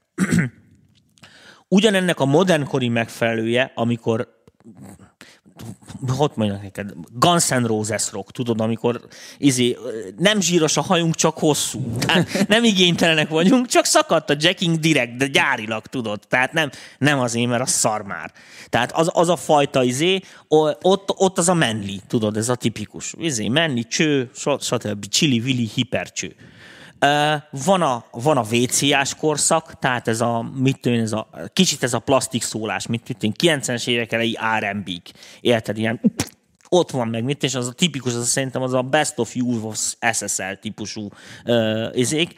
Ugyanennek a modernkori megfelelője, amikor hogy mondjak neked, Guns N' Roses rock, tudod, amikor nem zsíros a hajunk, csak hosszú. Tehát nem igénytelenek vagyunk, csak szakadt a jacking direkt, de gyárilag, tudod. Tehát nem azért, mert az szar már. Tehát az a fajta ott az a Manly, tudod, ez a tipikus. Manly, cső, stb. Csili-vili, hipercső. Van a WC-ás korszak, tehát ez a, kicsit ez a plastik szólás, 90-es évek elejé R&B-k. Érted, ilyen ott van meg, és az a tipikus, az szerintem az a Best of You of SSL típusú izék.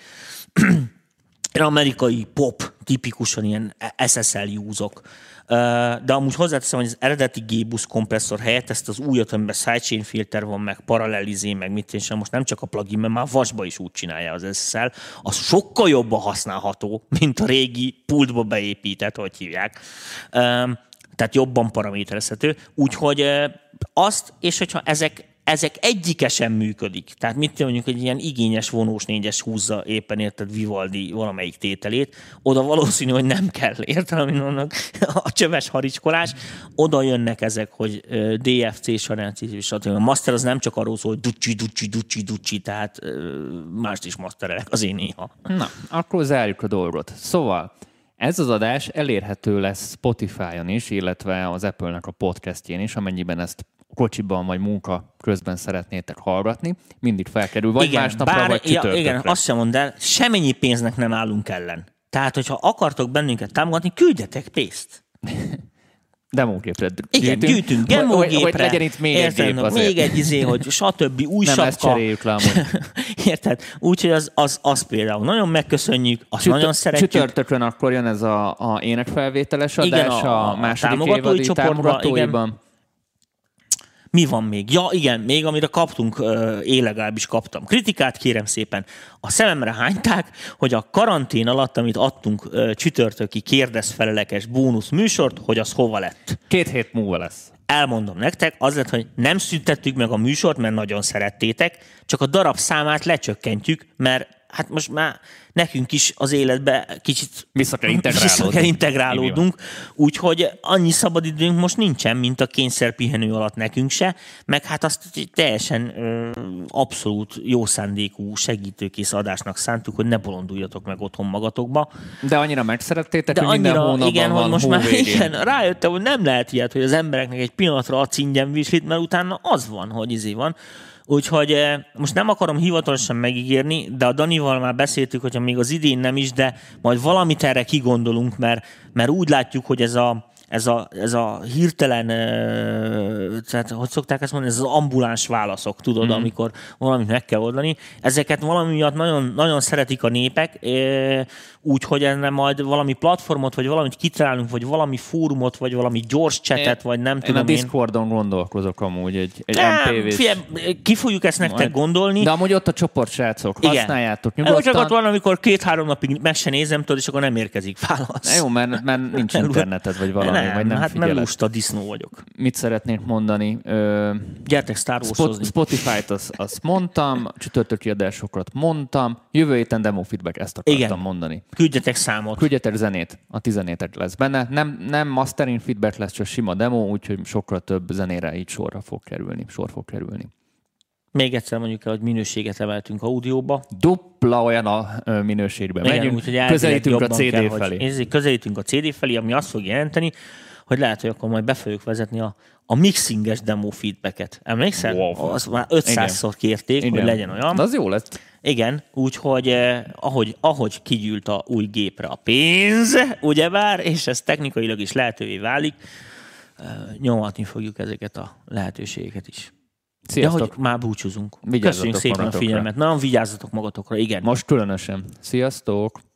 Amerikai pop, tipikusan ilyen SSL use-ok. De amúgy hozzáteszem, hogy az eredeti G-busz kompresszor helyett ezt az újat, amiben sidechain filter van, meg paralelizé, meg most nem csak a plugin, mert már vasba is úgy csinálja az SSL, az sokkal jobban használható, mint a régi pultba beépített, hogy hívják. Tehát jobban paraméterezhető. Úgyhogy azt, és hogyha ezek egyike sem működik. Tehát mondjuk egy ilyen igényes vonós 4-es húzza éppen érted Vivaldi valamelyik tételét, oda valószínű, hogy nem kell, érted, amin vannak a csöves haricskolás, oda jönnek ezek, hogy DFC, Sarenci, stb. A master az nem csak arról szól, hogy ducsi, tehát mást is masterelek az én néha. Na, akkor zárjuk a dolgot. Szóval ez az adás elérhető lesz Spotify-on is, illetve az Apple-nek a podcastjén is, amennyiben ezt kocsiban vagy munka közben szeretnétek hallgatni, mindig felkerül, vagy igen, másnapra, vagy csütörtökre. Igen, azt sem mondd el, semmennyi pénznek nem állunk ellen. Tehát, hogyha akartok bennünket támogatni, küldjetek pénzt. Demógépre. Igen, gyűjtünk demógépre. Hogy legyen itt még egy gép azért. Még egy hogy stb. Új sapka. Nem ezt cseréljük le amúgy. Érted? Úgyhogy az például nagyon megköszönjük, azt nagyon szeretjük. Csütörtökön akkor jön ez a énekfelvételes adás, igen, a második évadi támogatóiban. Mi van még? Ja, igen, még amire kaptunk, én legalábbis kaptam kritikát, kérem szépen. A szememre hányták, hogy a karantén alatt, amit adtunk csütörtöki kérdezfelelekes bónusz műsort, hogy az hova lett. 2 hét múlva lesz. Elmondom nektek, az lett, hogy nem szüntettük meg a műsort, mert nagyon szerettétek, csak a darab számát lecsökkentjük, mert hát most már nekünk is az életbe kicsit vissza kell integrálódnunk, úgyhogy annyi szabadidőnk most nincsen, mint a kényszerpihenő alatt nekünk se, meg hát azt teljesen abszolút jó szándékú segítőkész adásnak szántuk, hogy ne bolonduljatok meg otthon magatokba. De annyira megszerettétek, hogy minden hónapban igen, van hogy most már igen, rájöttem, hogy nem lehet ilyet, hogy az embereknek egy pillanatra adsz ingyen virslit, mert utána az van, hogy van. Úgyhogy most nem akarom hivatalosan megígérni, de a Danival már beszéltük, hogyha még az idén nem is, de majd valamit erre kigondolunk, mert úgy látjuk, hogy ez a hirtelen, tehát hogy szokták ezt mondani, ez az ambuláns válaszok, tudod, amikor valamit meg kell oldani. Ezeket valami miatt nagyon, nagyon szeretik a népek, úgyhogy ennek majd valami platformot, vagy valamit kitalálunk, vagy valami fórumot, vagy valami gyors chatet, vagy nem tudom én. A Discordon gondolkozok amúgy, egy MPV-s. Ki fogjuk ezt nektek gondolni. De amúgy ott a csoport, srácok, használjátok nyugodtan. Csak ott van, amikor 2-3 napig meg se nézem, tudod, és akkor nem érkezik válasz. Jó, mert nincs interneted, vagy valami, vagy nem hát figyeled. nem lusta disznó vagyok. Mit szeretnék mondani? Gyertek Star Wars-ozni. Spotify-t azt mondtam, csütörtöki adásokat mondtam, jövő héten demo feedback, ezt akartam mondani. Küldjetek számot. Küldjetek zenét, a 17 lesz benne. Nem mastering feedback lesz, csak sima demo, úgyhogy sokkal több zenére így sor fog kerülni. Még egyszer mondjuk el, hogy minőséget emeltünk audióba. Dupla olyan a minőségben. Megyünk, közelítünk a CD felé. Közelítünk a CD felé, ami azt fog jelenteni, hogy lehet, hogy akkor majd be fogjuk vezetni a mixinges demo feedbacket. Emlékszel? Wow. Azt már 500-szor kérték, Igen. hogy legyen olyan. De az jó lett. Igen, úgyhogy ahogy kigyűlt a új gépre a pénz, ugyebár, és ez technikailag is lehetővé válik, nyomatni fogjuk ezeket a lehetőségeket is. Sziasztok! Ja, hogy már búcsúzunk. Vigyázzatok Köszönjük szépen magatokra. a figyelmet. Nagyon vigyázzatok magatokra, igen. Most különösen. Sziasztok!